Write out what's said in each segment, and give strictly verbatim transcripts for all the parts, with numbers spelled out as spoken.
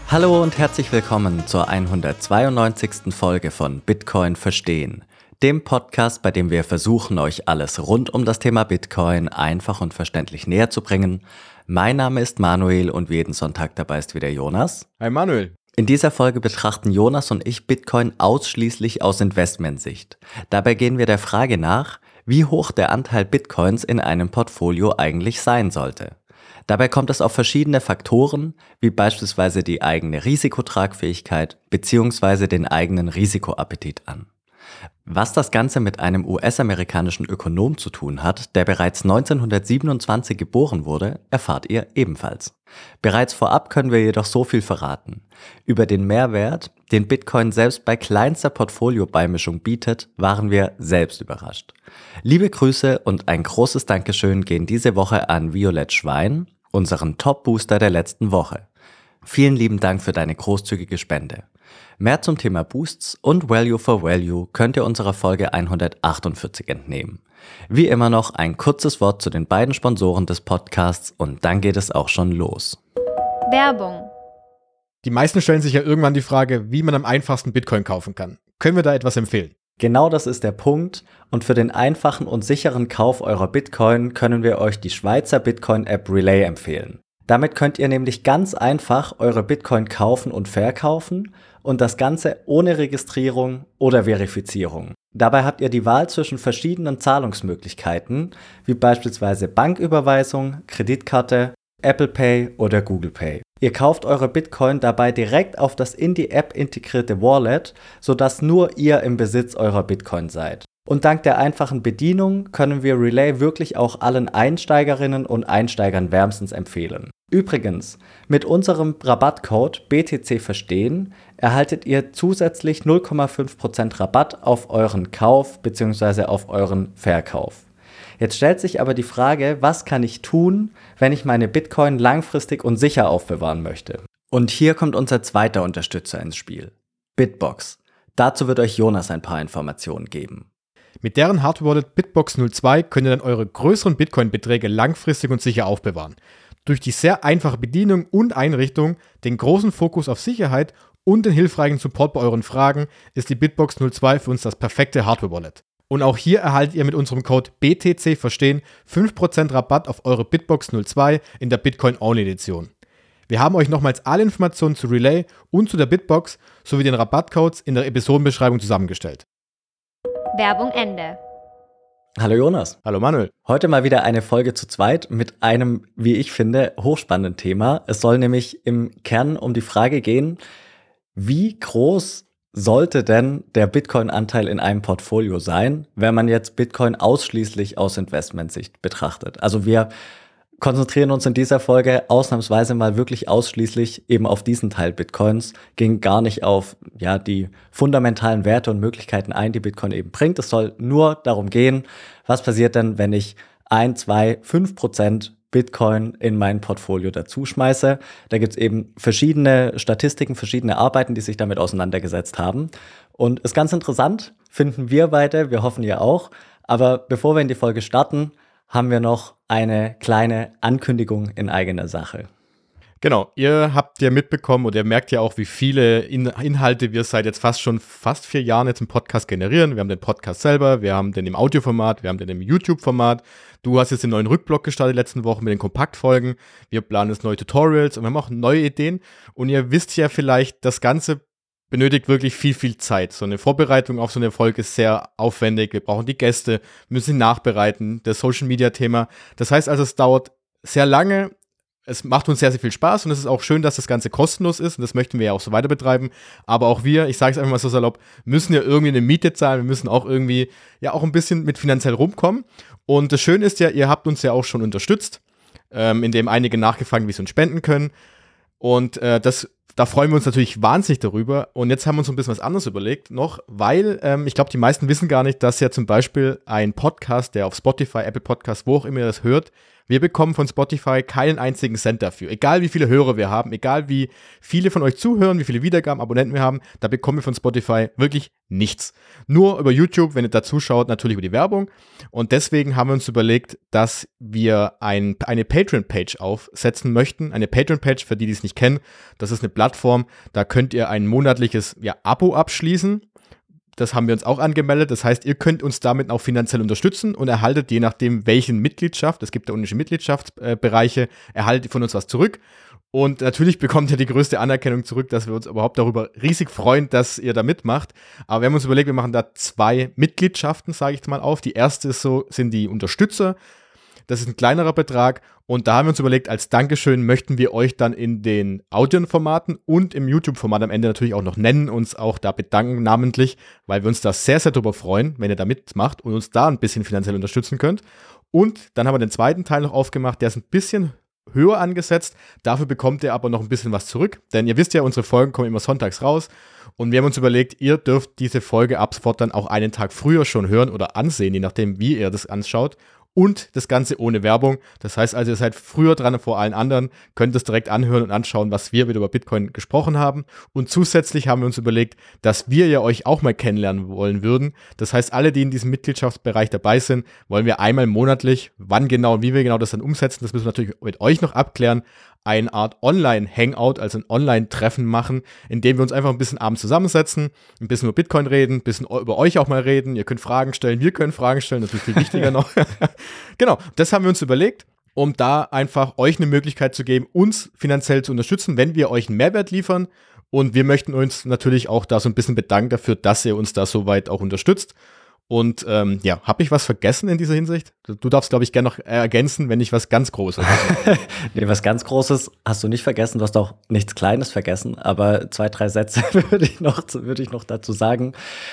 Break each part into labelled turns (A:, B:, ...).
A: Hallo und herzlich willkommen zur hundertzweiundneunzigsten Folge von Bitcoin verstehen, dem Podcast, bei dem wir versuchen, euch alles rund um das Thema Bitcoin einfach und verständlich näher zu bringen. Mein Name ist Manuel und wie jeden Sonntag dabei ist wieder Jonas.
B: Hi Manuel.
A: In dieser Folge betrachten Jonas und ich Bitcoin ausschließlich aus Investmentsicht. Dabei gehen wir der Frage nach, wie hoch der Anteil Bitcoins in einem Portfolio eigentlich sein sollte. Dabei kommt es auf verschiedene Faktoren, wie beispielsweise die eigene Risikotragfähigkeit bzw. den eigenen Risikoappetit an. Was das Ganze mit einem U S-amerikanischen Ökonom zu tun hat, der bereits neunzehnhundertsiebenundzwanzig geboren wurde, erfahrt ihr ebenfalls. Bereits vorab können wir jedoch so viel verraten. Über den Mehrwert, den Bitcoin selbst bei kleinster Portfoliobeimischung bietet, waren wir selbst überrascht. Liebe Grüße und ein großes Dankeschön gehen diese Woche an Violett Schwein, unseren Top-Booster der letzten Woche. Vielen lieben Dank für deine großzügige Spende. Mehr zum Thema Boosts und Value for Value könnt ihr unserer Folge hundertachtundvierzig entnehmen. Wie immer noch ein kurzes Wort zu den beiden Sponsoren des Podcasts und dann geht es auch schon los.
C: Werbung.
B: Die meisten stellen sich ja irgendwann die Frage, wie man am einfachsten Bitcoin kaufen kann. Können wir da etwas empfehlen?
A: Genau das ist der Punkt und für den einfachen und sicheren Kauf eurer Bitcoin können wir euch die Schweizer Bitcoin-App Relai empfehlen. Damit könnt ihr nämlich ganz einfach eure Bitcoin kaufen und verkaufen und das Ganze ohne Registrierung oder Verifizierung. Dabei habt ihr die Wahl zwischen verschiedenen Zahlungsmöglichkeiten, wie beispielsweise Banküberweisung, Kreditkarte, Apple Pay oder Google Pay. Ihr kauft eure Bitcoin dabei direkt auf das in die App integrierte Wallet, sodass nur ihr im Besitz eurer Bitcoin seid. Und dank der einfachen Bedienung können wir Relai wirklich auch allen Einsteigerinnen und Einsteigern wärmstens empfehlen. Übrigens, mit unserem Rabattcode B T C verstehen erhaltet ihr zusätzlich null Komma fünf Prozent Rabatt auf euren Kauf bzw. auf euren Verkauf. Jetzt stellt sich aber die Frage, was kann ich tun, wenn ich meine Bitcoin langfristig und sicher aufbewahren möchte? Und hier kommt unser zweiter Unterstützer ins Spiel, Bitbox. Dazu wird euch Jonas ein paar Informationen geben.
B: Mit deren Hardware-Wallet Bitbox null zwei könnt ihr dann eure größeren Bitcoin-Beträge langfristig und sicher aufbewahren. Durch die sehr einfache Bedienung und Einrichtung, den großen Fokus auf Sicherheit und den hilfreichen Support bei euren Fragen ist die Bitbox null zwei für uns das perfekte Hardware-Wallet. Und auch hier erhaltet ihr mit unserem Code B T C verstehen fünf Prozent Rabatt auf eure Bitbox null zwei in der Bitcoin-Only-Edition. Wir haben euch nochmals alle Informationen zu Relai und zu der Bitbox sowie den Rabattcodes in der Episodenbeschreibung zusammengestellt.
C: Werbung Ende.
A: Hallo Jonas.
B: Hallo Manuel.
A: Heute mal wieder eine Folge zu zweit mit einem, wie ich finde, hochspannenden Thema. Es soll nämlich im Kern um die Frage gehen, wie groß sollte denn der Bitcoin-Anteil in einem Portfolio sein, wenn man jetzt Bitcoin ausschließlich aus Investmentsicht betrachtet? Also wir konzentrieren uns in dieser Folge ausnahmsweise mal wirklich ausschließlich eben auf diesen Teil Bitcoins, gehen gar nicht auf ja die fundamentalen Werte und Möglichkeiten ein, die Bitcoin eben bringt. Es soll nur darum gehen, was passiert denn, wenn ich ein, zwei, fünf Prozent Bitcoin in mein Portfolio dazu schmeiße. Da gibt es eben verschiedene Statistiken, verschiedene Arbeiten, die sich damit auseinandergesetzt haben. Und ist ganz interessant, finden wir beide, wir hoffen ihr auch. Aber bevor wir in die Folge starten, haben wir noch eine kleine Ankündigung in eigener Sache.
B: Genau, ihr habt ja mitbekommen und ihr merkt ja auch, wie viele In- Inhalte wir seit jetzt fast schon fast vier Jahren jetzt im Podcast generieren. Wir haben den Podcast selber, wir haben den im Audioformat, wir haben den im YouTube-Format. Du hast jetzt den neuen Rückblock gestartet letzten Wochen mit den Kompaktfolgen. Wir planen jetzt neue Tutorials und wir haben auch neue Ideen. Und ihr wisst ja vielleicht, das Ganze benötigt wirklich viel, viel Zeit. So eine Vorbereitung auf so eine Folge ist sehr aufwendig. Wir brauchen die Gäste, müssen sie nachbereiten, das Social-Media-Thema. Das heißt also, es dauert sehr lange. Es macht uns sehr, sehr viel Spaß und es ist auch schön, dass das Ganze kostenlos ist und das möchten wir ja auch so weiter betreiben. Aber auch wir, ich sage es einfach mal so salopp, müssen ja irgendwie eine Miete zahlen. Wir müssen auch irgendwie ja auch ein bisschen mit finanziell rumkommen. Und das Schöne ist ja, ihr habt uns ja auch schon unterstützt, ähm, indem einige nachgefragt, wie sie uns spenden können. Und äh, das Da freuen wir uns natürlich wahnsinnig darüber. Und jetzt haben wir uns ein bisschen was anderes überlegt noch, weil ähm, ich glaube, die meisten wissen gar nicht, dass ja zum Beispiel ein Podcast, der auf Spotify, Apple Podcast, wo auch immer ihr das hört, Wir bekommen von Spotify keinen einzigen Cent dafür. Egal wie viele Hörer wir haben, egal wie viele von euch zuhören, wie viele Wiedergaben, Abonnenten wir haben, da bekommen wir von Spotify wirklich nichts. Nur über YouTube, wenn ihr da zuschaut, natürlich über die Werbung. Und deswegen haben wir uns überlegt, dass wir ein, eine Patreon-Page aufsetzen möchten. Eine Patreon-Page, für die, die es nicht kennen, das ist eine Plattform, da könnt ihr ein monatliches ja, Abo abschließen. Das haben wir uns auch angemeldet. Das heißt, ihr könnt uns damit auch finanziell unterstützen und erhaltet, je nachdem, welchen Mitgliedschaft, es gibt da unterschiedliche Mitgliedschaftsbereiche, erhaltet von uns was zurück. Und natürlich bekommt ihr die größte Anerkennung zurück, dass wir uns überhaupt darüber riesig freuen, dass ihr da mitmacht. Aber wir haben uns überlegt, wir machen da zwei Mitgliedschaften, sage ich jetzt mal auf. Die erste ist so, sind die Unterstützer. Das ist ein kleinerer Betrag und da haben wir uns überlegt, als Dankeschön möchten wir euch dann in den Audioformaten und im YouTube-Format am Ende natürlich auch noch nennen, uns auch da bedanken namentlich, weil wir uns da sehr, sehr drüber freuen, wenn ihr da mitmacht und uns da ein bisschen finanziell unterstützen könnt. Und dann haben wir den zweiten Teil noch aufgemacht, der ist ein bisschen höher angesetzt, dafür bekommt ihr aber noch ein bisschen was zurück, denn ihr wisst ja, unsere Folgen kommen immer sonntags raus und wir haben uns überlegt, ihr dürft diese Folge ab sofort dann auch einen Tag früher schon hören oder ansehen, je nachdem, wie ihr das anschaut. Und das Ganze ohne Werbung. Das heißt also, ihr seid früher dran vor allen anderen, könnt es direkt anhören und anschauen, was wir wieder über Bitcoin gesprochen haben. Und zusätzlich haben wir uns überlegt, dass wir ja euch auch mal kennenlernen wollen würden. Das heißt, alle, die in diesem Mitgliedschaftsbereich dabei sind, wollen wir einmal monatlich, wann genau und wie wir genau das dann umsetzen, das müssen wir natürlich mit euch noch abklären, eine Art Online-Hangout, also ein Online-Treffen machen, in dem wir uns einfach ein bisschen abends zusammensetzen, ein bisschen über Bitcoin reden, ein bisschen über euch auch mal reden. Ihr könnt Fragen stellen, wir können Fragen stellen, natürlich viel wichtiger noch. Genau, das haben wir uns überlegt, um da einfach euch eine Möglichkeit zu geben, uns finanziell zu unterstützen, wenn wir euch einen Mehrwert liefern. Und wir möchten uns natürlich auch da so ein bisschen bedanken dafür, dass ihr uns da so weit auch unterstützt. Und ähm, ja, habe ich was vergessen in dieser Hinsicht? Du darfst, glaube ich, gerne noch ergänzen, wenn ich was ganz Großes habe.
A: Nee, was ganz Großes hast du nicht vergessen. Du hast auch nichts Kleines vergessen. Aber zwei, drei Sätze würde ich noch, würde ich noch dazu sagen.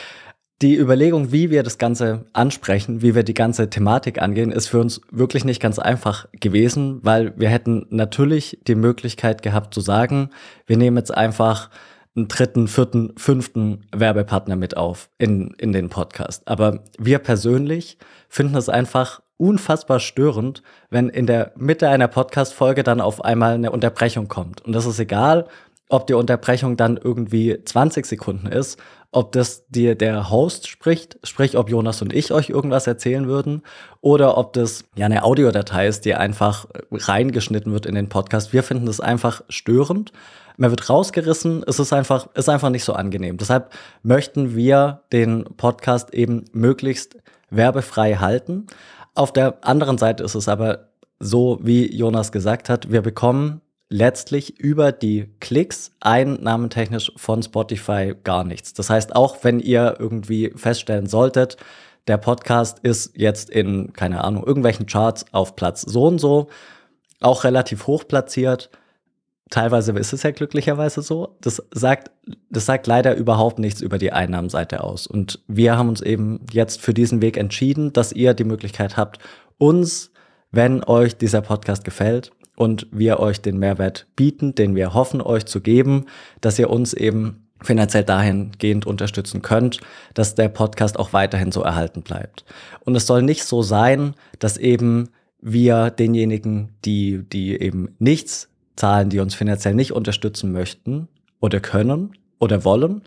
A: Die Überlegung, wie wir das Ganze ansprechen, wie wir die ganze Thematik angehen, ist für uns wirklich nicht ganz einfach gewesen, weil wir hätten natürlich die Möglichkeit gehabt zu sagen, wir nehmen jetzt einfach einen dritten, vierten, fünften Werbepartner mit auf in, in den Podcast. Aber wir persönlich finden es einfach unfassbar störend, wenn in der Mitte einer Podcast-Folge dann auf einmal eine Unterbrechung kommt. Und das ist egal, ob die Unterbrechung dann irgendwie zwanzig Sekunden ist, ob das dir der Host spricht, sprich, ob Jonas und ich euch irgendwas erzählen würden, oder ob das ja eine Audiodatei ist, die einfach reingeschnitten wird in den Podcast. Wir finden das einfach störend. Man wird rausgerissen, es ist einfach, ist einfach nicht so angenehm. Deshalb möchten wir den Podcast eben möglichst werbefrei halten. Auf der anderen Seite ist es aber so, wie Jonas gesagt hat, wir bekommen letztlich über die Klicks einnahmentechnisch von Spotify gar nichts. Das heißt, auch wenn ihr irgendwie feststellen solltet, der Podcast ist jetzt in, keine Ahnung, irgendwelchen Charts auf Platz so und so, auch relativ hoch platziert, teilweise ist es ja glücklicherweise so, das sagt, das sagt leider überhaupt nichts über die Einnahmenseite aus. Und wir haben uns eben jetzt für diesen Weg entschieden, dass ihr die Möglichkeit habt, uns, wenn euch dieser Podcast gefällt, und wir euch den Mehrwert bieten, den wir hoffen, euch zu geben, dass ihr uns eben finanziell dahingehend unterstützen könnt, dass der Podcast auch weiterhin so erhalten bleibt. Und es soll nicht so sein, dass eben wir denjenigen, die, die eben nichts zahlen, die uns finanziell nicht unterstützen möchten oder können oder wollen,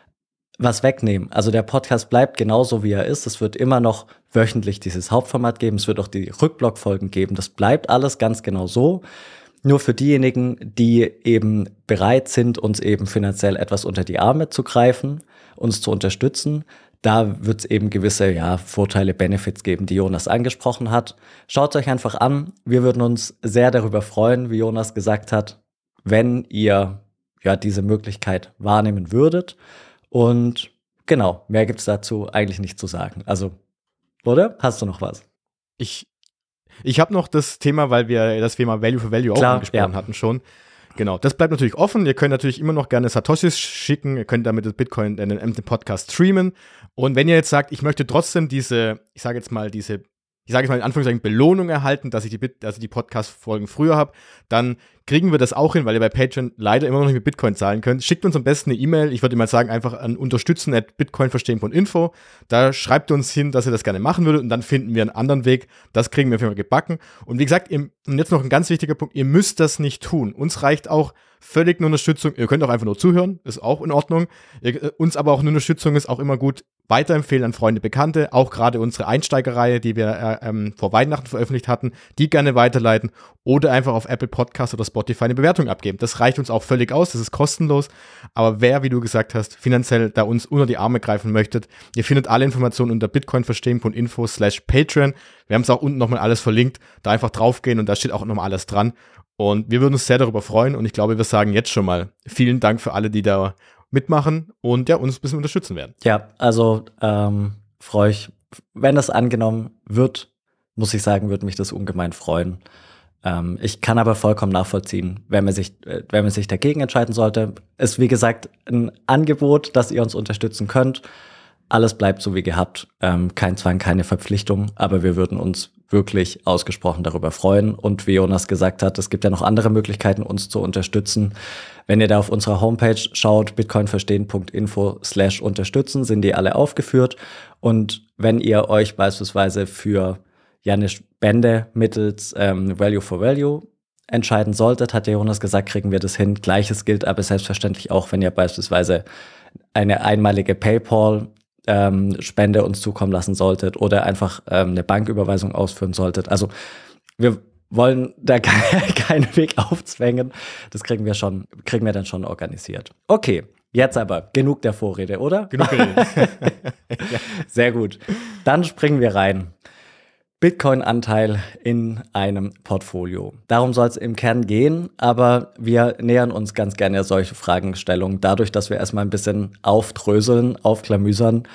A: was wegnehmen. Also der Podcast bleibt genauso, wie er ist. Es wird immer noch wöchentlich dieses Hauptformat geben. Es wird auch die Rückblockfolgen geben. Das bleibt alles ganz genau so. Nur für diejenigen, die eben bereit sind, uns eben finanziell etwas unter die Arme zu greifen, uns zu unterstützen, da wird es eben gewisse ja, Vorteile, Benefits geben, die Jonas angesprochen hat. Schaut es euch einfach an. Wir würden uns sehr darüber freuen, wie Jonas gesagt hat, wenn ihr ja diese Möglichkeit wahrnehmen würdet. Und genau, mehr gibt's dazu eigentlich nicht zu sagen. Also, oder? Hast du noch was?
B: Ich, ich habe noch das Thema, weil wir das Thema Value for Value
A: Klar,
B: auch angesprochen
A: ja.
B: hatten schon. Genau, das bleibt natürlich offen. Ihr könnt natürlich immer noch gerne Satoshis schicken. Ihr könnt damit das Bitcoin in den Podcast streamen. Und wenn ihr jetzt sagt, ich möchte trotzdem diese, ich sage jetzt mal, diese ich sage jetzt mal in Anführungszeichen, Belohnung erhalten, dass ich die, Bit- also die Podcast-Folgen früher habe, dann kriegen wir das auch hin, weil ihr bei Patreon leider immer noch nicht mit Bitcoin zahlen könnt. Schickt uns am besten eine E-Mail, ich würde mal sagen, einfach an unterstützen at bitcoinverstehen punkt info. Da schreibt uns hin, dass ihr das gerne machen würdet und dann finden wir einen anderen Weg. Das kriegen wir auf jeden Fall gebacken. Und wie gesagt, ihr, und jetzt noch ein ganz wichtiger Punkt, ihr müsst das nicht tun. Uns reicht auch völlig eine Unterstützung. Ihr könnt auch einfach nur zuhören, ist auch in Ordnung. Ihr, uns aber auch eine Unterstützung ist auch immer gut. Weiterempfehlen an Freunde, Bekannte, auch gerade unsere Einsteigerreihe, die wir äh, ähm, vor Weihnachten veröffentlicht hatten, die gerne weiterleiten oder einfach auf Apple Podcasts oder Spotify eine Bewertung abgeben. Das reicht uns auch völlig aus, das ist kostenlos, aber wer, wie du gesagt hast, finanziell da uns unter die Arme greifen möchtet, ihr findet alle Informationen unter bitcoinverstehen punkt info slash Patreon. Wir haben es auch unten nochmal alles verlinkt, da einfach draufgehen und da steht auch nochmal alles dran und wir würden uns sehr darüber freuen und ich glaube, wir sagen jetzt schon mal vielen Dank für alle, die da mitmachen und ja, uns ein bisschen unterstützen werden.
A: Ja, also ähm, freue ich, wenn das angenommen wird, muss ich sagen, würde mich das ungemein freuen. Ähm, ich kann aber vollkommen nachvollziehen, wenn man sich, äh, wenn man sich dagegen entscheiden sollte. Ist wie gesagt ein Angebot, dass ihr uns unterstützen könnt. Alles bleibt so wie gehabt. Ähm, kein Zwang, keine Verpflichtung, aber wir würden uns wirklich ausgesprochen darüber freuen. Und wie Jonas gesagt hat, es gibt ja noch andere Möglichkeiten, uns zu unterstützen. Wenn ihr da auf unserer Homepage schaut, bitcoinverstehen punkt info slash unterstützen, sind die alle aufgeführt. Und wenn ihr euch beispielsweise für ja eine Spende mittels ähm, Value for Value entscheiden solltet, hat der Jonas gesagt, kriegen wir das hin. Gleiches gilt aber selbstverständlich auch, wenn ihr beispielsweise eine einmalige PayPal ähm, Spende uns zukommen lassen solltet oder einfach ähm, eine Banküberweisung ausführen solltet. Also wir wollen da keinen Weg aufzwängen. Das kriegen wir schon, kriegen wir dann schon organisiert. Okay, jetzt aber genug der Vorrede, oder?
B: Genug geredet.
A: Ja. Sehr gut. Dann springen wir rein. Bitcoin-Anteil in einem Portfolio. Darum soll es im Kern gehen, aber wir nähern uns ganz gerne solche Fragestellungen dadurch, dass wir erstmal ein bisschen aufdröseln, aufklamüsern,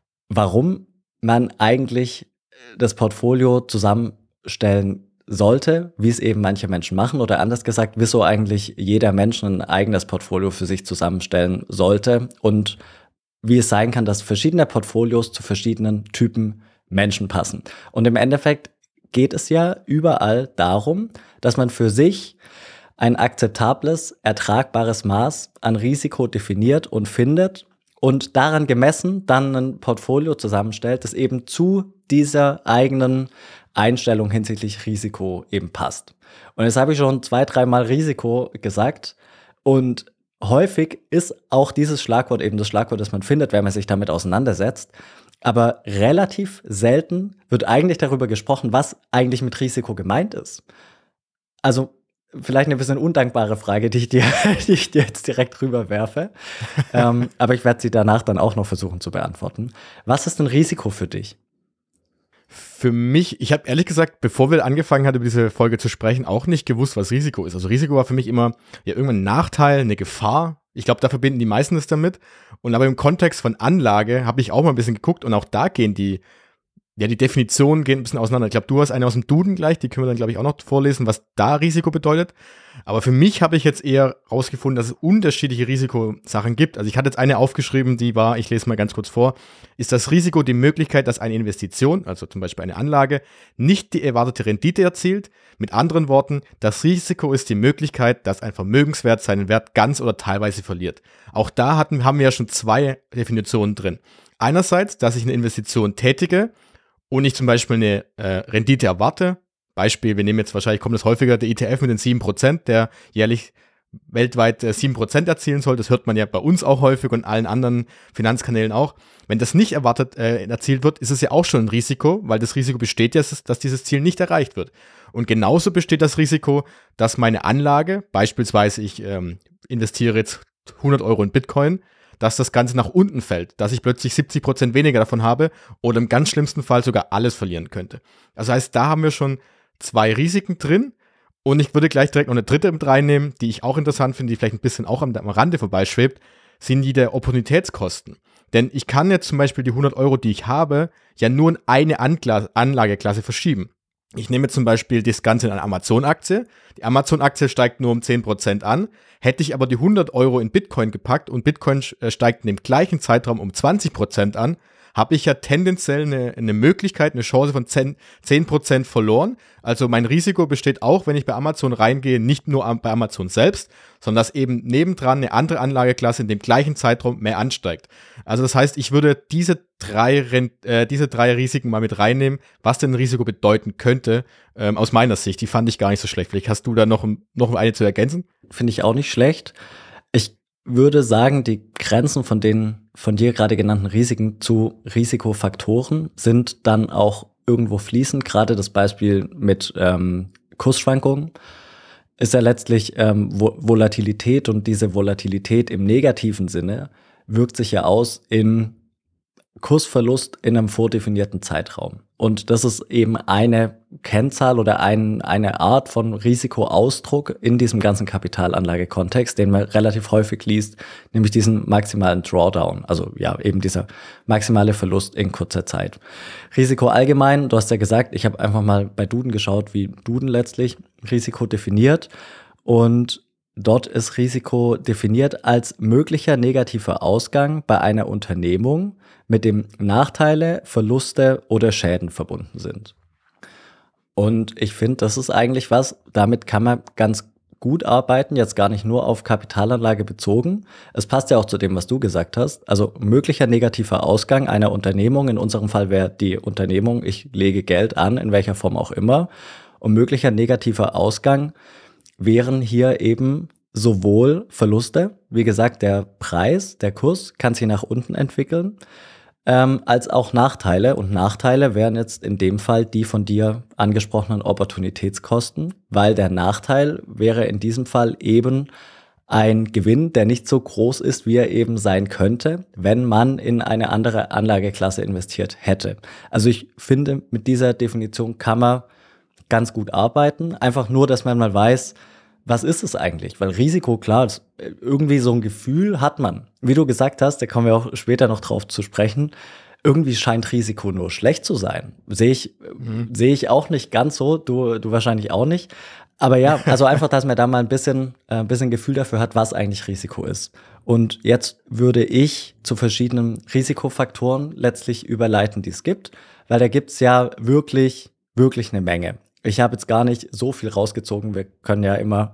A: warum man eigentlich das Portfolio zusammenstellen sollte, wie es eben manche Menschen machen oder anders gesagt, wieso eigentlich jeder Mensch ein eigenes Portfolio für sich zusammenstellen sollte und wie es sein kann, dass verschiedene Portfolios zu verschiedenen Typen Menschen passen. Und im Endeffekt geht es ja überall darum, dass man für sich ein akzeptables, ertragbares Maß an Risiko definiert und findet und daran gemessen dann ein Portfolio zusammenstellt, das eben zu dieser eigenen Einstellung hinsichtlich Risiko eben passt. Und jetzt habe ich schon zwei, dreimal Risiko gesagt und häufig ist auch dieses Schlagwort eben das Schlagwort, das man findet, wenn man sich damit auseinandersetzt. Aber relativ selten wird eigentlich darüber gesprochen, was eigentlich mit Risiko gemeint ist. Also vielleicht eine bisschen undankbare Frage, die ich dir, die ich dir jetzt direkt rüberwerfe. ähm, aber ich werde sie danach dann auch noch versuchen zu beantworten. Was ist ein Risiko für dich?
B: Für mich, ich habe ehrlich gesagt, bevor wir angefangen hatten, über diese Folge zu sprechen, auch nicht gewusst, was Risiko ist. Also Risiko war für mich immer ja irgendwann ein Nachteil, eine Gefahr. Ich glaube, da verbinden die meisten es damit. Und aber im Kontext von Anlage habe ich auch mal ein bisschen geguckt und auch da gehen die, ja, die Definitionen gehen ein bisschen auseinander. Ich glaube, du hast eine aus dem Duden gleich, die können wir dann, glaube ich, auch noch vorlesen, was da Risiko bedeutet. Aber für mich habe ich jetzt eher rausgefunden, dass es unterschiedliche Risikosachen gibt. Also ich hatte jetzt eine aufgeschrieben, die war, ich lese mal ganz kurz vor, ist das Risiko die Möglichkeit, dass eine Investition, also zum Beispiel eine Anlage, nicht die erwartete Rendite erzielt. Mit anderen Worten, das Risiko ist die Möglichkeit, dass ein Vermögenswert seinen Wert ganz oder teilweise verliert. Auch da hatten, haben wir ja schon zwei Definitionen drin. Einerseits, dass ich eine Investition tätige und ich zum Beispiel eine äh, Rendite erwarte. Beispiel, wir nehmen jetzt wahrscheinlich, kommt das häufiger, der E T F mit den sieben Prozent, der jährlich weltweit äh, sieben Prozent erzielen soll. Das hört man ja bei uns auch häufig und allen anderen Finanzkanälen auch. Wenn das nicht erwartet äh, erzielt wird, ist es ja auch schon ein Risiko, weil das Risiko besteht ja, dass dieses Ziel nicht erreicht wird. Und genauso besteht das Risiko, dass meine Anlage, beispielsweise ich ähm, investiere jetzt hundert Euro in Bitcoin, dass das Ganze nach unten fällt, dass ich plötzlich siebzig Prozent weniger davon habe oder im ganz schlimmsten Fall sogar alles verlieren könnte. Das heißt, da haben wir schon zwei Risiken drin und ich würde gleich direkt noch eine dritte mit reinnehmen, die ich auch interessant finde, die vielleicht ein bisschen auch am, am Rande vorbeischwebt, sind die der Opportunitätskosten. Denn ich kann jetzt zum Beispiel die hundert Euro, die ich habe, ja nur in eine Angla- Anlageklasse verschieben. Ich nehme zum Beispiel das Ganze in eine Amazon-Aktie. Die Amazon-Aktie steigt nur um zehn Prozent an. Hätte ich aber die hundert Euro in Bitcoin gepackt und Bitcoin steigt in dem gleichen Zeitraum um zwanzig Prozent an, habe ich ja tendenziell eine, eine Möglichkeit, eine Chance von zehn Prozent verloren. Also mein Risiko besteht auch, wenn ich bei Amazon reingehe, nicht nur bei Amazon selbst, sondern dass eben nebendran eine andere Anlageklasse in dem gleichen Zeitraum mehr ansteigt. Also das heißt, ich würde diese drei, äh, diese drei Risiken mal mit reinnehmen, was denn ein Risiko bedeuten könnte, ähm, aus meiner Sicht. Die fand ich gar nicht so schlecht. Vielleicht hast du da noch, noch eine zu ergänzen?
A: Finde ich auch nicht schlecht. Ich würde sagen, die Grenzen von den von dir gerade genannten Risiken zu Risikofaktoren sind dann auch irgendwo fließend. Gerade das Beispiel mit ähm, Kursschwankungen ist ja letztlich ähm, Volatilität, und diese Volatilität im negativen Sinne wirkt sich ja aus in Kursverlust in einem vordefinierten Zeitraum. Und das ist eben eine Kennzahl oder ein, eine Art von Risikoausdruck in diesem ganzen Kapitalanlagekontext, den man relativ häufig liest, nämlich diesen maximalen Drawdown, also ja, eben dieser maximale Verlust in kurzer Zeit. Risiko allgemein, du hast ja gesagt, ich habe einfach mal bei Duden geschaut, wie Duden letztlich Risiko definiert, und dort ist Risiko definiert als möglicher negativer Ausgang bei einer Unternehmung, mit dem Nachteile, Verluste oder Schäden verbunden sind. Und ich finde, das ist eigentlich was, damit kann man ganz gut arbeiten, jetzt gar nicht nur auf Kapitalanlage bezogen. Es passt ja auch zu dem, was du gesagt hast. Also möglicher negativer Ausgang einer Unternehmung, in unserem Fall wäre die Unternehmung, ich lege Geld an, in welcher Form auch immer. Und möglicher negativer Ausgang wären hier eben sowohl Verluste, wie gesagt, der Preis, der Kurs kann sich nach unten entwickeln, ähm, als auch Nachteile. Und Nachteile wären jetzt in dem Fall die von dir angesprochenen Opportunitätskosten, weil der Nachteil wäre in diesem Fall eben ein Gewinn, der nicht so groß ist, wie er eben sein könnte, wenn man in eine andere Anlageklasse investiert hätte. Also ich finde, mit dieser Definition kann man ganz gut arbeiten. Einfach nur, dass man mal weiß, was ist es eigentlich? Weil Risiko, klar, irgendwie so ein Gefühl hat man. Wie du gesagt hast, da kommen wir auch später noch drauf zu sprechen, irgendwie scheint Risiko nur schlecht zu sein. Sehe ich, mhm. sehe ich auch nicht ganz so, du, du wahrscheinlich auch nicht. Aber ja, also einfach, dass man da mal ein bisschen, äh, ein bisschen Gefühl dafür hat, was eigentlich Risiko ist. Und jetzt würde ich zu verschiedenen Risikofaktoren letztlich überleiten, die es gibt, weil da gibt's ja wirklich, wirklich eine Menge. Ich habe jetzt gar nicht so viel rausgezogen. Wir können ja immer,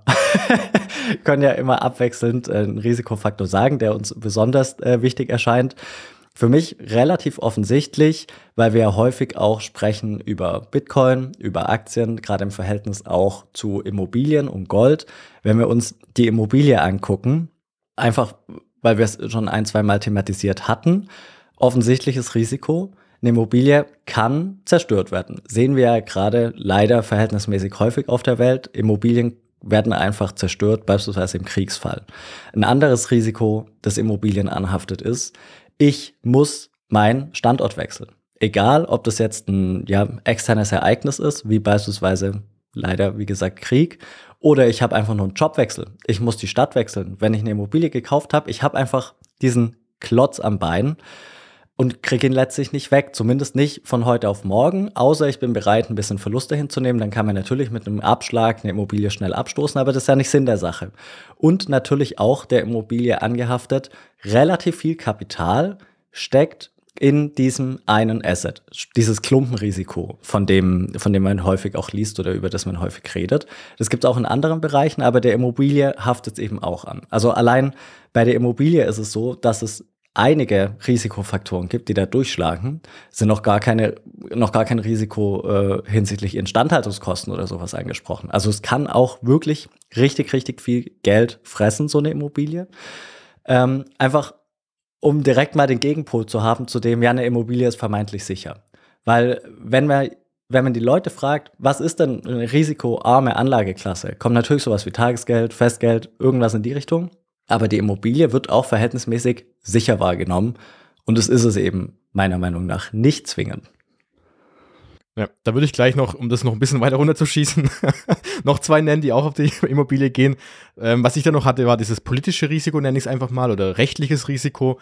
A: können ja immer abwechselnd einen Risikofaktor sagen, der uns besonders äh, wichtig erscheint. Für mich relativ offensichtlich, weil wir ja häufig auch sprechen über Bitcoin, über Aktien, gerade im Verhältnis auch zu Immobilien und Gold. Wenn wir uns die Immobilie angucken, einfach weil wir es schon ein, zwei Mal thematisiert hatten, offensichtliches Risiko. Eine Immobilie kann zerstört werden. Sehen wir ja gerade leider verhältnismäßig häufig auf der Welt. Immobilien werden einfach zerstört, beispielsweise im Kriegsfall. Ein anderes Risiko, das Immobilien anhaftet, ist, ich muss meinen Standort wechseln. Egal, ob das jetzt ein ja, externes Ereignis ist, wie beispielsweise leider, wie gesagt, Krieg, oder ich habe einfach nur einen Jobwechsel. Ich muss die Stadt wechseln. Wenn ich eine Immobilie gekauft habe, ich habe einfach diesen Klotz am Bein und kriege ihn letztlich nicht weg, zumindest nicht von heute auf morgen, außer ich bin bereit, ein bisschen Verluste hinzunehmen. Dann kann man natürlich mit einem Abschlag eine Immobilie schnell abstoßen, aber das ist ja nicht Sinn der Sache. Und natürlich auch der Immobilie angehaftet, relativ viel Kapital steckt in diesem einen Asset. Dieses Klumpenrisiko, von dem, von dem man häufig auch liest oder über das man häufig redet. Das gibt es auch in anderen Bereichen, aber der Immobilie haftet es eben auch an. Also allein bei der Immobilie ist es so, dass es einige Risikofaktoren gibt, die da durchschlagen, sind noch gar keine, noch gar kein Risiko äh, hinsichtlich Instandhaltungskosten oder sowas angesprochen. Also es kann auch wirklich richtig, richtig viel Geld fressen, so eine Immobilie. Ähm, einfach, um direkt mal den Gegenpol zu haben, zu dem, ja, eine Immobilie ist vermeintlich sicher. Weil wenn man, wenn man die Leute fragt, was ist denn eine risikoarme Anlageklasse, kommt natürlich sowas wie Tagesgeld, Festgeld, irgendwas in die Richtung. Aber die Immobilie wird auch verhältnismäßig sicher wahrgenommen. Und es ist es eben meiner Meinung nach nicht zwingend.
B: Ja, da würde ich gleich noch, um das noch ein bisschen weiter runterzuschießen, noch zwei nennen, die auch auf die Immobilie gehen. Ähm, was ich da noch hatte, war dieses politische Risiko, nenne ich es einfach mal, oder rechtliches Risiko.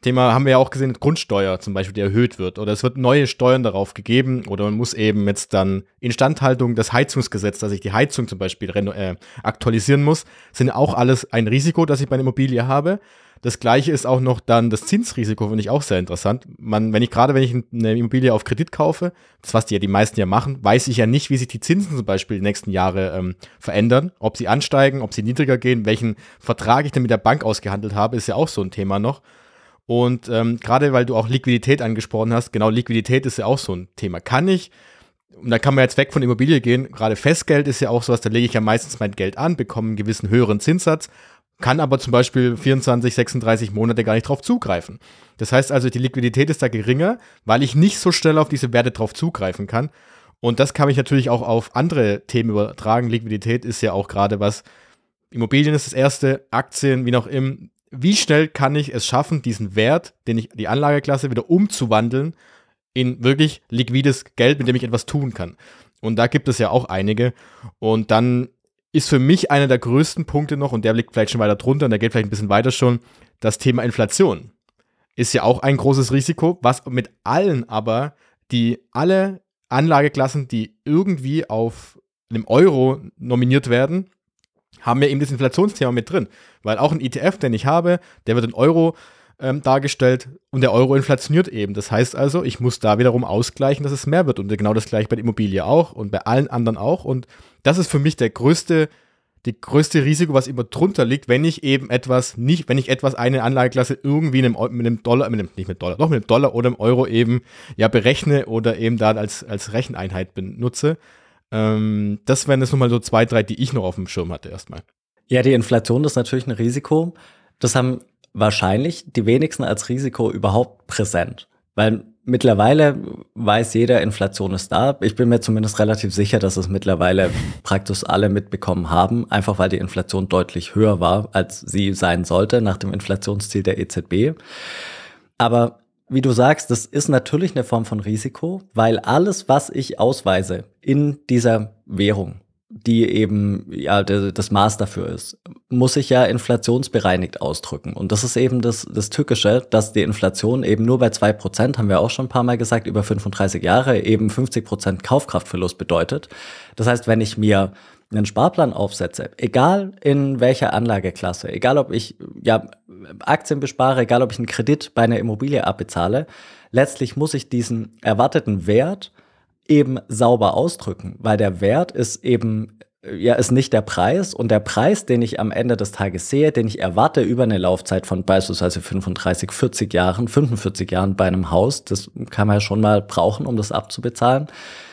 B: Thema haben wir ja auch gesehen, Grundsteuer zum Beispiel, die erhöht wird. Oder es wird neue Steuern darauf gegeben. Oder man muss eben jetzt dann Instandhaltung, das Heizungsgesetz, dass ich die Heizung zum Beispiel äh, aktualisieren muss, sind auch alles ein Risiko, das ich bei einer Immobilie habe. Das Gleiche ist auch noch dann das Zinsrisiko, finde ich auch sehr interessant. Man, wenn ich gerade, wenn ich eine Immobilie auf Kredit kaufe, das was die ja die meisten ja machen, weiß ich ja nicht, wie sich die Zinsen zum Beispiel die nächsten Jahre ähm, verändern, ob sie ansteigen, ob sie niedriger gehen, welchen Vertrag ich denn mit der Bank ausgehandelt habe, ist ja auch so ein Thema noch. Und ähm, gerade weil du auch Liquidität angesprochen hast, genau, Liquidität ist ja auch so ein Thema. Kann ich, und da kann man jetzt weg von Immobilie gehen, gerade Festgeld ist ja auch sowas, da lege ich ja meistens mein Geld an, bekomme einen gewissen höheren Zinssatz, kann aber zum Beispiel vierundzwanzig, sechsunddreißig Monate gar nicht drauf zugreifen. Das heißt also, die Liquidität ist da geringer, weil ich nicht so schnell auf diese Werte drauf zugreifen kann. Und das kann ich natürlich auch auf andere Themen übertragen. Liquidität ist ja auch gerade was, Immobilien ist das erste, Aktien, wie noch immer. Wie schnell kann ich es schaffen, diesen Wert, den ich, die Anlageklasse wieder umzuwandeln in wirklich liquides Geld, mit dem ich etwas tun kann. Und da gibt es ja auch einige. Und dann ist für mich einer der größten Punkte noch, und der liegt vielleicht schon weiter drunter, und der geht vielleicht ein bisschen weiter schon, das Thema Inflation. Ist ja auch ein großes Risiko, was mit allen aber, die alle Anlageklassen, die irgendwie auf einem Euro nominiert werden, haben ja eben das Inflationsthema mit drin. Weil auch ein E T F, den ich habe, der wird in Euro ähm, dargestellt und der Euro inflationiert eben. Das heißt also, ich muss da wiederum ausgleichen, dass es mehr wird. Und genau das gleiche bei der Immobilie auch und bei allen anderen auch. Und das ist für mich der größte, die größte Risiko, was immer drunter liegt, wenn ich eben etwas nicht, wenn ich etwas, eine Anlageklasse irgendwie in einem, mit einem Dollar, mit einem, nicht mit Dollar, doch mit einem Dollar oder einem Euro eben ja berechne oder eben da als, als Recheneinheit benutze. Ähm, das wären jetzt nochmal so zwei, drei, die ich noch auf dem Schirm hatte erstmal.
A: Ja, die Inflation ist natürlich ein Risiko. Das haben wahrscheinlich die wenigsten als Risiko überhaupt präsent. Weil mittlerweile weiß jeder, Inflation ist da. Ich bin mir zumindest relativ sicher, dass es mittlerweile praktisch alle mitbekommen haben, einfach weil die Inflation deutlich höher war, als sie sein sollte nach dem Inflationsziel der E Z B. Aber wie du sagst, das ist natürlich eine Form von Risiko, weil alles, was ich ausweise in dieser Währung, die eben ja das Maß dafür ist, muss ich ja inflationsbereinigt ausdrücken. Und das ist eben das, das Tückische, dass die Inflation eben nur bei zwei Prozent, haben wir auch schon ein paar Mal gesagt, über fünfunddreißig Jahre eben fünfzig Prozent Kaufkraftverlust bedeutet. Das heißt, wenn ich mir einen Sparplan aufsetze, egal in welcher Anlageklasse, egal ob ich ja Aktien bespare, egal ob ich einen Kredit bei einer Immobilie abbezahle, letztlich muss ich diesen erwarteten Wert eben sauber ausdrücken, weil der Wert ist eben, ja, ist nicht der Preis, und der Preis, den ich am Ende des Tages sehe, den ich erwarte über eine Laufzeit von beispielsweise fünfunddreißig, vierzig Jahren, fünfundvierzig Jahren bei einem Haus, das kann man ja schon mal brauchen, um das abzubezahlen,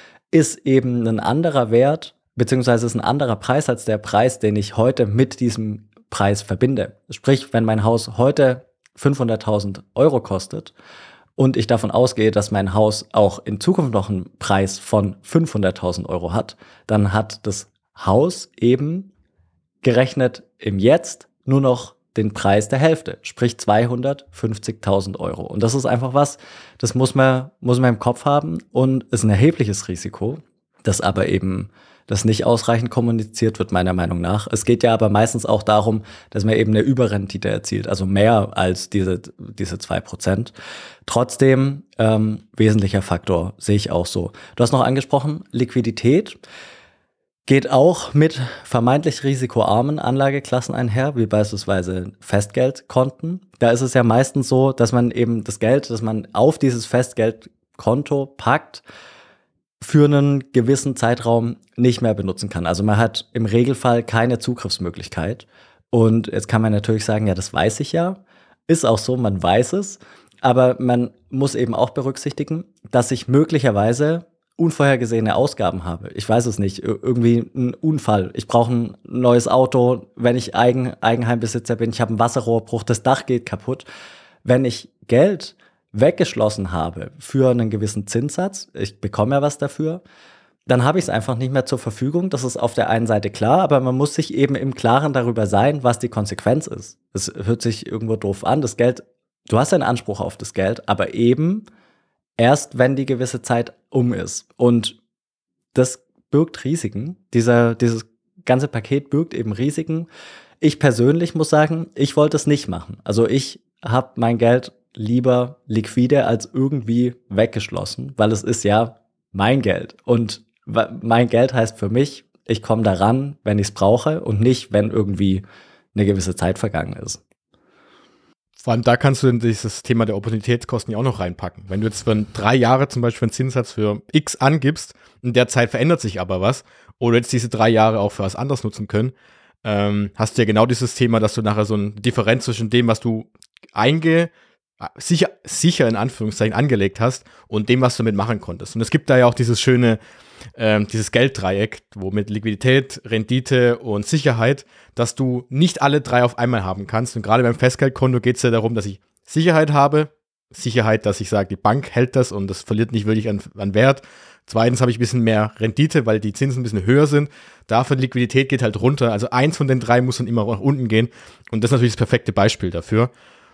A: ist eben ein anderer Wert, beziehungsweise ist ein anderer Preis als der Preis, den ich heute mit diesem Preis verbinde. Sprich, wenn mein Haus heute fünfhunderttausend Euro kostet und ich davon ausgehe, dass mein Haus auch in Zukunft noch einen Preis von fünfhunderttausend Euro hat, dann hat das Haus eben gerechnet im Jetzt nur noch den Preis der Hälfte, sprich zweihundertfünfzigtausend Euro. Und das ist einfach was, das muss man, muss man im Kopf haben und ist ein erhebliches Risiko, das aber eben das nicht ausreichend kommuniziert wird, meiner Meinung nach. Es geht ja aber meistens auch darum, dass man eben eine Überrendite erzielt, also mehr als diese, diese zwei Prozent. Trotzdem ähm, wesentlicher Faktor, sehe ich auch so. Du hast noch angesprochen, Liquidität geht auch mit vermeintlich risikoarmen Anlageklassen einher, wie beispielsweise Festgeldkonten. Da ist es ja meistens so, dass man eben das Geld, das man auf dieses Festgeldkonto packt, für einen gewissen Zeitraum nicht mehr benutzen kann. Also man hat im Regelfall keine Zugriffsmöglichkeit. Und jetzt kann man natürlich sagen, ja, das weiß ich ja. Ist auch so, man weiß es. Aber man muss eben auch berücksichtigen, dass ich möglicherweise unvorhergesehene Ausgaben habe. Ich weiß es nicht, irgendwie ein Unfall. Ich brauche ein neues Auto, wenn ich Eigen, Eigenheimbesitzer bin. Ich habe einen Wasserrohrbruch, das Dach geht kaputt. Wenn ich Geld weggeschlossen habe für einen gewissen Zinssatz, ich bekomme ja was dafür, dann habe ich es einfach nicht mehr zur Verfügung. Das ist auf der einen Seite klar, aber man muss sich eben im Klaren darüber sein, was die Konsequenz ist. Es hört sich irgendwo doof an, das Geld, du hast einen Anspruch auf das Geld, aber eben erst, wenn die gewisse Zeit um ist. Und das birgt Risiken. Dieser, dieses ganze Paket birgt eben Risiken. Ich persönlich muss sagen, ich wollte es nicht machen. Also ich habe mein Geld lieber liquide als irgendwie weggeschlossen, weil es ist ja mein Geld. Und mein Geld heißt für mich, ich komme daran, wenn ich es brauche und nicht, wenn irgendwie eine gewisse Zeit vergangen ist.
B: Vor allem da kannst du dann dieses Thema der Opportunitätskosten ja auch noch reinpacken. Wenn du jetzt für drei Jahre zum Beispiel einen Zinssatz für X angibst, in der Zeit verändert sich aber was, oder jetzt diese drei Jahre auch für was anderes nutzen können, ähm, hast du ja genau dieses Thema, dass du nachher so eine Differenz zwischen dem, was du einge, sicher, sicher in Anführungszeichen angelegt hast und dem, was du damit machen konntest. Und es gibt da ja auch dieses schöne, ähm, dieses Gelddreieck, wo mit Liquidität, Rendite und Sicherheit, dass du nicht alle drei auf einmal haben kannst. Und gerade beim Festgeldkonto geht es ja darum, dass ich Sicherheit habe. Sicherheit, dass ich sage, die Bank hält das und das verliert nicht wirklich an, an Wert. Zweitens habe ich ein bisschen mehr Rendite, weil die Zinsen ein bisschen höher sind. Dafür Liquidität geht halt runter. Also eins von den drei muss dann immer nach unten gehen. Und das ist natürlich das perfekte Beispiel dafür.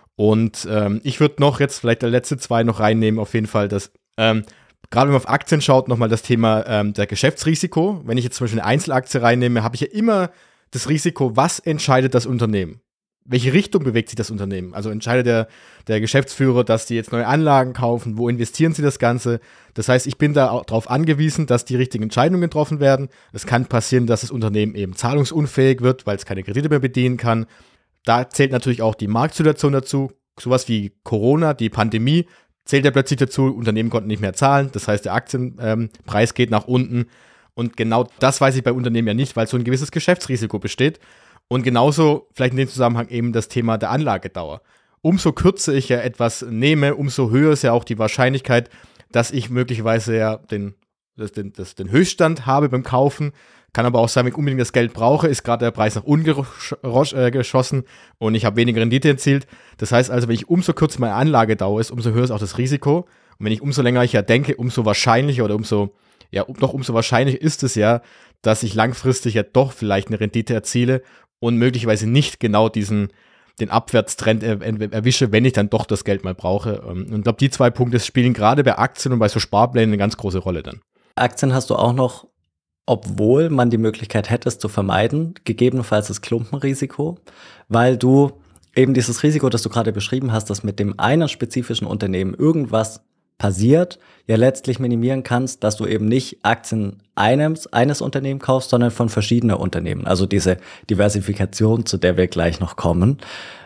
B: Und ähm, ich würde noch jetzt vielleicht der letzte zwei noch reinnehmen, auf jeden Fall, dass ähm, gerade wenn man auf Aktien schaut, nochmal das Thema ähm, der Geschäftsrisiko. Wenn ich jetzt zum Beispiel eine Einzelaktie reinnehme, habe ich ja immer das Risiko, was entscheidet das Unternehmen? Welche Richtung bewegt sich das Unternehmen? Also entscheidet der, der Geschäftsführer, dass die jetzt neue Anlagen kaufen? Wo investieren sie das Ganze? Das heißt, ich bin da auch darauf angewiesen, dass die richtigen Entscheidungen getroffen werden. Es kann passieren, dass das Unternehmen eben zahlungsunfähig wird, weil es keine Kredite mehr bedienen kann. Da zählt natürlich auch die Marktsituation dazu. Sowas wie Corona, die Pandemie, zählt ja plötzlich dazu. Unternehmen konnten nicht mehr zahlen. Das heißt, der Aktienpreis ähm, geht nach unten. Und genau das weiß ich bei Unternehmen ja nicht, weil so ein gewisses Geschäftsrisiko besteht. Und genauso vielleicht in dem Zusammenhang eben das Thema der Anlagedauer. Umso kürzer ich ja etwas nehme, umso höher ist ja auch die Wahrscheinlichkeit, dass ich möglicherweise ja den, das, den, das, den Höchststand habe beim Kaufen. Kann aber auch sein, wenn ich unbedingt das Geld brauche, ist gerade der Preis nach unten äh, geschossen und ich habe weniger Rendite erzielt. Das heißt also, wenn ich umso kürzer meine Anlagedauer ist, umso höher ist auch das Risiko. Und wenn ich umso länger ich ja denke, umso wahrscheinlicher oder umso, ja, doch umso wahrscheinlicher ist es ja, dass ich langfristig ja doch vielleicht eine Rendite erziele und möglicherweise nicht genau diesen, den Abwärtstrend er, er, erwische, wenn ich dann doch das Geld mal brauche. Und ich glaube, die zwei Punkte spielen gerade bei Aktien und bei so Sparplänen eine ganz große Rolle dann.
A: Aktien hast du auch noch, obwohl man die Möglichkeit hätte, es zu vermeiden, gegebenenfalls das Klumpenrisiko, weil du eben dieses Risiko, das du gerade beschrieben hast, dass mit dem einen spezifischen Unternehmen irgendwas passiert, ja letztlich minimieren kannst, dass du eben nicht Aktien eines, eines Unternehmens kaufst, sondern von verschiedenen Unternehmen. Also diese Diversifikation, zu der wir gleich noch kommen.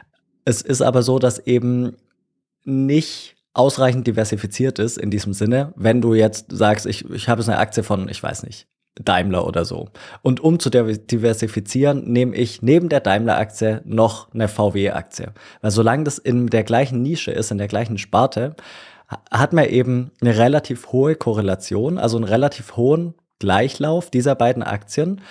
A: Es ist aber so, dass eben nicht ausreichend diversifiziert ist in diesem Sinne, wenn du jetzt sagst, ich, ich habe jetzt eine Aktie von, ich weiß nicht, Daimler oder so. Und um zu diversifizieren, nehme ich neben der Daimler-Aktie noch eine V W-Aktie. Weil solange das in der gleichen Nische ist, in der gleichen Sparte, hat man eben eine relativ hohe Korrelation, also einen relativ hohen Gleichlauf dieser beiden Aktien.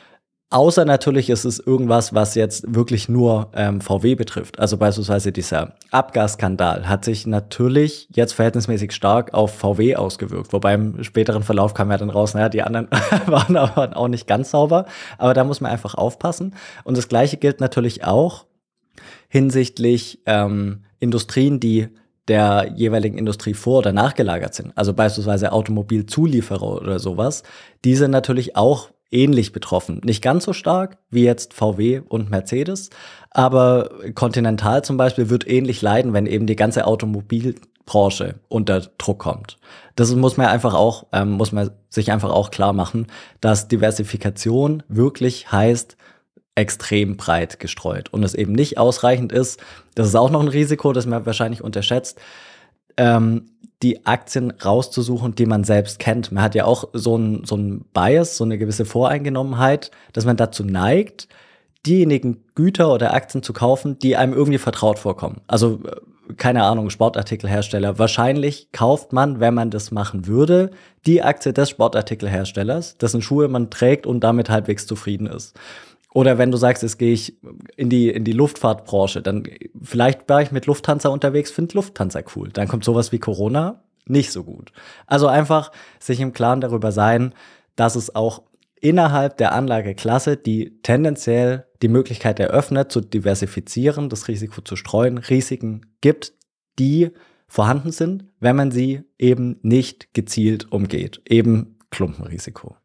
A: Außer natürlich ist es irgendwas, was jetzt wirklich nur ähm, V W betrifft. Also beispielsweise dieser Abgasskandal hat sich natürlich jetzt verhältnismäßig stark auf V W ausgewirkt. Wobei im späteren Verlauf kam ja dann raus, naja, die anderen waren aber auch nicht ganz sauber. Aber da muss man einfach aufpassen. Und das Gleiche gilt natürlich auch hinsichtlich ähm, Industrien, die der jeweiligen Industrie vor- oder nachgelagert sind. Also beispielsweise Automobilzulieferer oder sowas. Die sind natürlich auch ähnlich betroffen. Nicht ganz so stark wie jetzt V W und Mercedes, aber Continental zum Beispiel wird ähnlich leiden, wenn eben die ganze Automobilbranche unter Druck kommt. Das muss man einfach auch, ähm, muss man sich einfach auch klar machen, dass Diversifikation wirklich heißt, extrem breit gestreut und es eben nicht ausreichend ist. Das ist auch noch ein Risiko, das man wahrscheinlich unterschätzt, ähm, die Aktien rauszusuchen, die man selbst kennt. Man hat ja auch so ein, so ein Bias, so eine gewisse Voreingenommenheit, dass man dazu neigt, diejenigen Güter oder Aktien zu kaufen, die einem irgendwie vertraut vorkommen. Also, keine Ahnung, Sportartikelhersteller. Wahrscheinlich kauft man, wenn man das machen würde, die Aktie des Sportartikelherstellers, dessen Schuhe man trägt und damit halbwegs zufrieden ist. Oder wenn du sagst, jetzt gehe ich in die, in die Luftfahrtbranche, dann vielleicht war ich mit Lufthansa unterwegs, finde Lufthansa cool. Dann kommt sowas wie Corona nicht so gut. Also einfach sich im Klaren darüber sein, dass es auch innerhalb der Anlageklasse, die tendenziell die Möglichkeit eröffnet, zu diversifizieren, das Risiko zu streuen, Risiken gibt, die vorhanden sind, wenn man sie eben nicht gezielt umgeht. Eben Klumpenrisiko.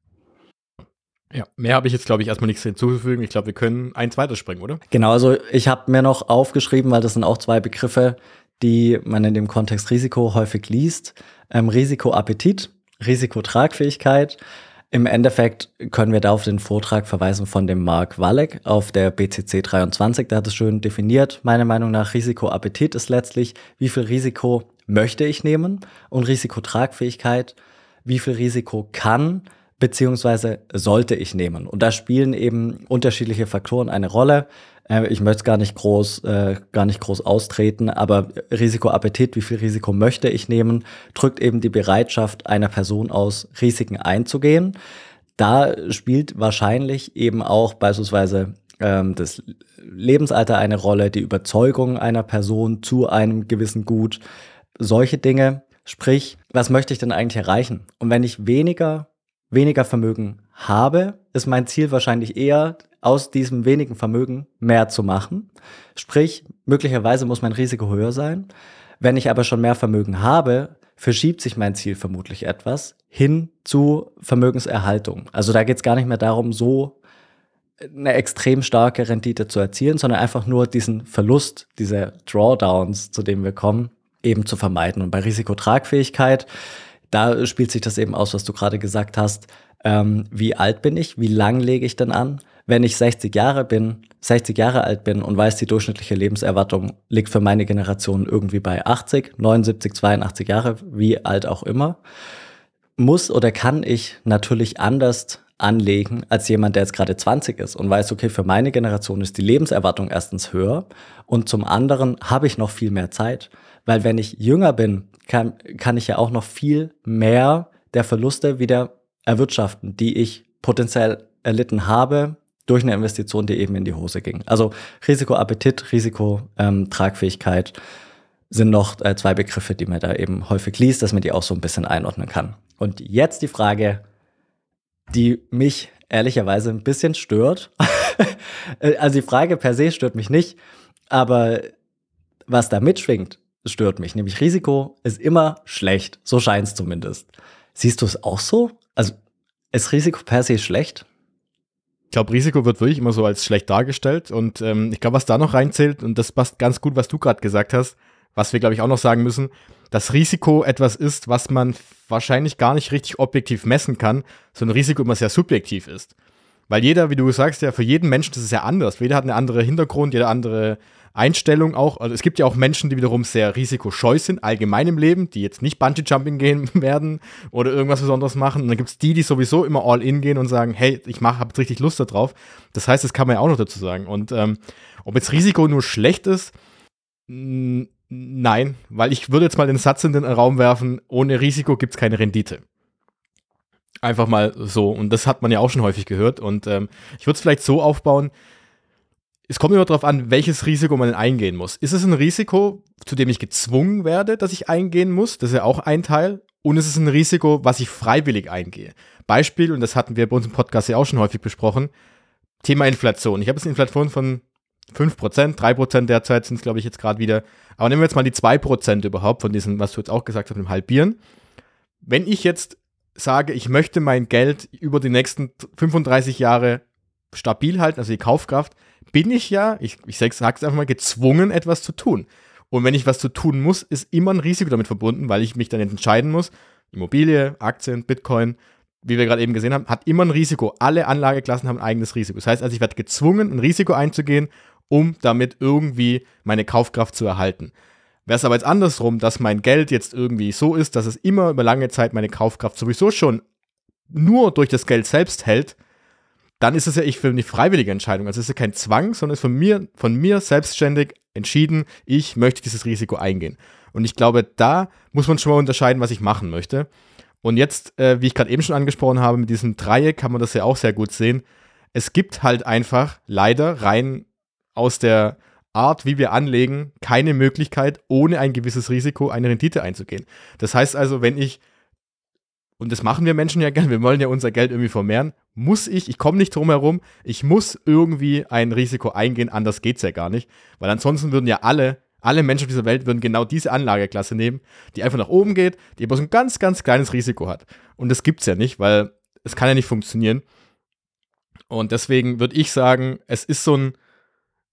B: Ja, mehr habe ich jetzt, glaube ich, erstmal nichts hinzuzufügen. Ich glaube, wir können eins weiterspringen, oder?
A: Genau, also ich habe mir noch aufgeschrieben, weil das sind auch zwei Begriffe, die man in dem Kontext Risiko häufig liest. Ähm, Risikoappetit, Risikotragfähigkeit. Im Endeffekt können wir da auf den Vortrag verweisen von dem Mark Walleck auf der B C C dreiundzwanzig. Der hat es schön definiert. Meiner Meinung nach, Risikoappetit ist letztlich, wie viel Risiko möchte ich nehmen, und Risikotragfähigkeit, wie viel Risiko kann beziehungsweise sollte ich nehmen. Und da spielen eben unterschiedliche Faktoren eine Rolle. Äh, ich möchte es gar nicht groß, äh, gar nicht groß austreten, aber Risikoappetit, wie viel Risiko möchte ich nehmen, drückt eben die Bereitschaft einer Person aus, Risiken einzugehen. Da spielt wahrscheinlich eben auch beispielsweise ähm, das Lebensalter eine Rolle, die Überzeugung einer Person zu einem gewissen Gut, solche Dinge. Sprich, was möchte ich denn eigentlich erreichen? Und wenn ich weniger, weniger Vermögen habe, ist mein Ziel wahrscheinlich eher, aus diesem wenigen Vermögen mehr zu machen. Sprich, möglicherweise muss mein Risiko höher sein. Wenn ich aber schon mehr Vermögen habe, verschiebt sich mein Ziel vermutlich etwas hin zu Vermögenserhaltung. Also da geht es gar nicht mehr darum, so eine extrem starke Rendite zu erzielen, sondern einfach nur diesen Verlust, diese Drawdowns, zu dem wir kommen, eben zu vermeiden. Und bei Risikotragfähigkeit, da spielt sich das eben aus, was du gerade gesagt hast. Ähm, wie alt bin ich? Wie lang lege ich denn an? Wenn ich sechzig Jahre bin, sechzig Jahre alt bin und weiß, die durchschnittliche Lebenserwartung liegt für meine Generation irgendwie bei achtzig, neunundsiebzig, zweiundachtzig Jahre, wie alt auch immer, muss oder kann ich natürlich anders anlegen als jemand, der jetzt gerade zwanzig ist und weiß, okay, für meine Generation ist die Lebenserwartung erstens höher und zum anderen habe ich noch viel mehr Zeit. Weil wenn ich jünger bin, kann, kann ich ja auch noch viel mehr der Verluste wieder erwirtschaften, die ich potenziell erlitten habe durch eine Investition, die eben in die Hose ging. Also Risikoappetit, Risikotragfähigkeit ähm, sind noch äh, zwei Begriffe, die man da eben häufig liest, dass man die auch so ein bisschen einordnen kann. Und jetzt die Frage, die mich ehrlicherweise ein bisschen stört. Also die Frage per se stört mich nicht, aber was da mitschwingt, stört mich. Nämlich Risiko ist immer schlecht, so scheint es zumindest. Siehst du es auch so? Also ist Risiko per se schlecht?
B: Ich glaube, Risiko wird wirklich immer so als schlecht dargestellt und ähm, ich glaube, was da noch reinzählt, und das passt ganz gut, was du gerade gesagt hast, was wir, glaube ich, auch noch sagen müssen, dass Risiko etwas ist, was man wahrscheinlich gar nicht richtig objektiv messen kann, sondern Risiko immer sehr subjektiv ist. Weil jeder, wie du sagst, ja, für jeden Menschen, das ist ja anders. Jeder hat eine andere Hintergrund, jede andere Einstellung auch. Also es gibt ja auch Menschen, die wiederum sehr risikoscheu sind, allgemein im Leben, die jetzt nicht Bungee-Jumping gehen werden oder irgendwas Besonderes machen. Und dann gibt es die, die sowieso immer all in gehen und sagen, hey, ich mach, hab jetzt richtig Lust darauf. Das heißt, das kann man ja auch noch dazu sagen. Und ähm, ob jetzt Risiko nur schlecht ist, n- nein, weil ich würde jetzt mal den Satz in den Raum werfen, ohne Risiko gibt es keine Rendite. Einfach mal so. Und das hat man ja auch schon häufig gehört. Und ähm, ich würde es vielleicht so aufbauen, es kommt immer darauf an, welches Risiko man denn eingehen muss. Ist es ein Risiko, zu dem ich gezwungen werde, dass ich eingehen muss? Das ist ja auch ein Teil. Und ist es ein Risiko, was ich freiwillig eingehe? Beispiel, und das hatten wir bei uns im Podcast ja auch schon häufig besprochen, Thema Inflation. Ich habe jetzt eine Inflation von fünf Prozent, drei Prozent derzeit sind es, glaube ich, jetzt gerade wieder. Aber nehmen wir jetzt mal die zwei Prozent überhaupt von diesem, was du jetzt auch gesagt hast, dem Halbieren. Wenn ich jetzt sage, ich möchte mein Geld über die nächsten fünfunddreißig Jahre stabil halten, also die Kaufkraft, bin ich ja, ich, ich sage es einfach mal, gezwungen, etwas zu tun. Und wenn ich was zu tun muss, ist immer ein Risiko damit verbunden, weil ich mich dann entscheiden muss, Immobilie, Aktien, Bitcoin, wie wir gerade eben gesehen haben, hat immer ein Risiko. Alle Anlageklassen haben ein eigenes Risiko. Das heißt also, ich werde gezwungen, ein Risiko einzugehen, um damit irgendwie meine Kaufkraft zu erhalten. Wäre es aber jetzt andersrum, dass mein Geld jetzt irgendwie so ist, dass es immer über lange Zeit meine Kaufkraft sowieso schon nur durch das Geld selbst hält, dann ist es ja ich für eine freiwillige Entscheidung. Also es ist ja kein Zwang, sondern es ist von mir, von mir selbstständig entschieden, ich möchte dieses Risiko eingehen. Und ich glaube, da muss man schon mal unterscheiden, was ich machen möchte. Und jetzt, äh, wie ich gerade eben schon angesprochen habe, mit diesem Dreieck kann man das ja auch sehr gut sehen. Es gibt halt einfach leider rein aus der Art, wie wir anlegen, keine Möglichkeit, ohne ein gewisses Risiko eine Rendite einzugehen. Das heißt also, wenn ich, und das machen wir Menschen ja gerne, wir wollen ja unser Geld irgendwie vermehren, muss ich, ich komme nicht drum herum, ich muss irgendwie ein Risiko eingehen, anders geht es ja gar nicht, weil ansonsten würden ja alle, alle Menschen auf dieser Welt würden genau diese Anlageklasse nehmen, die einfach nach oben geht, die aber so ein ganz, ganz kleines Risiko hat. Und das gibt es ja nicht, weil es kann ja nicht funktionieren. Und deswegen würde ich sagen, es ist so ein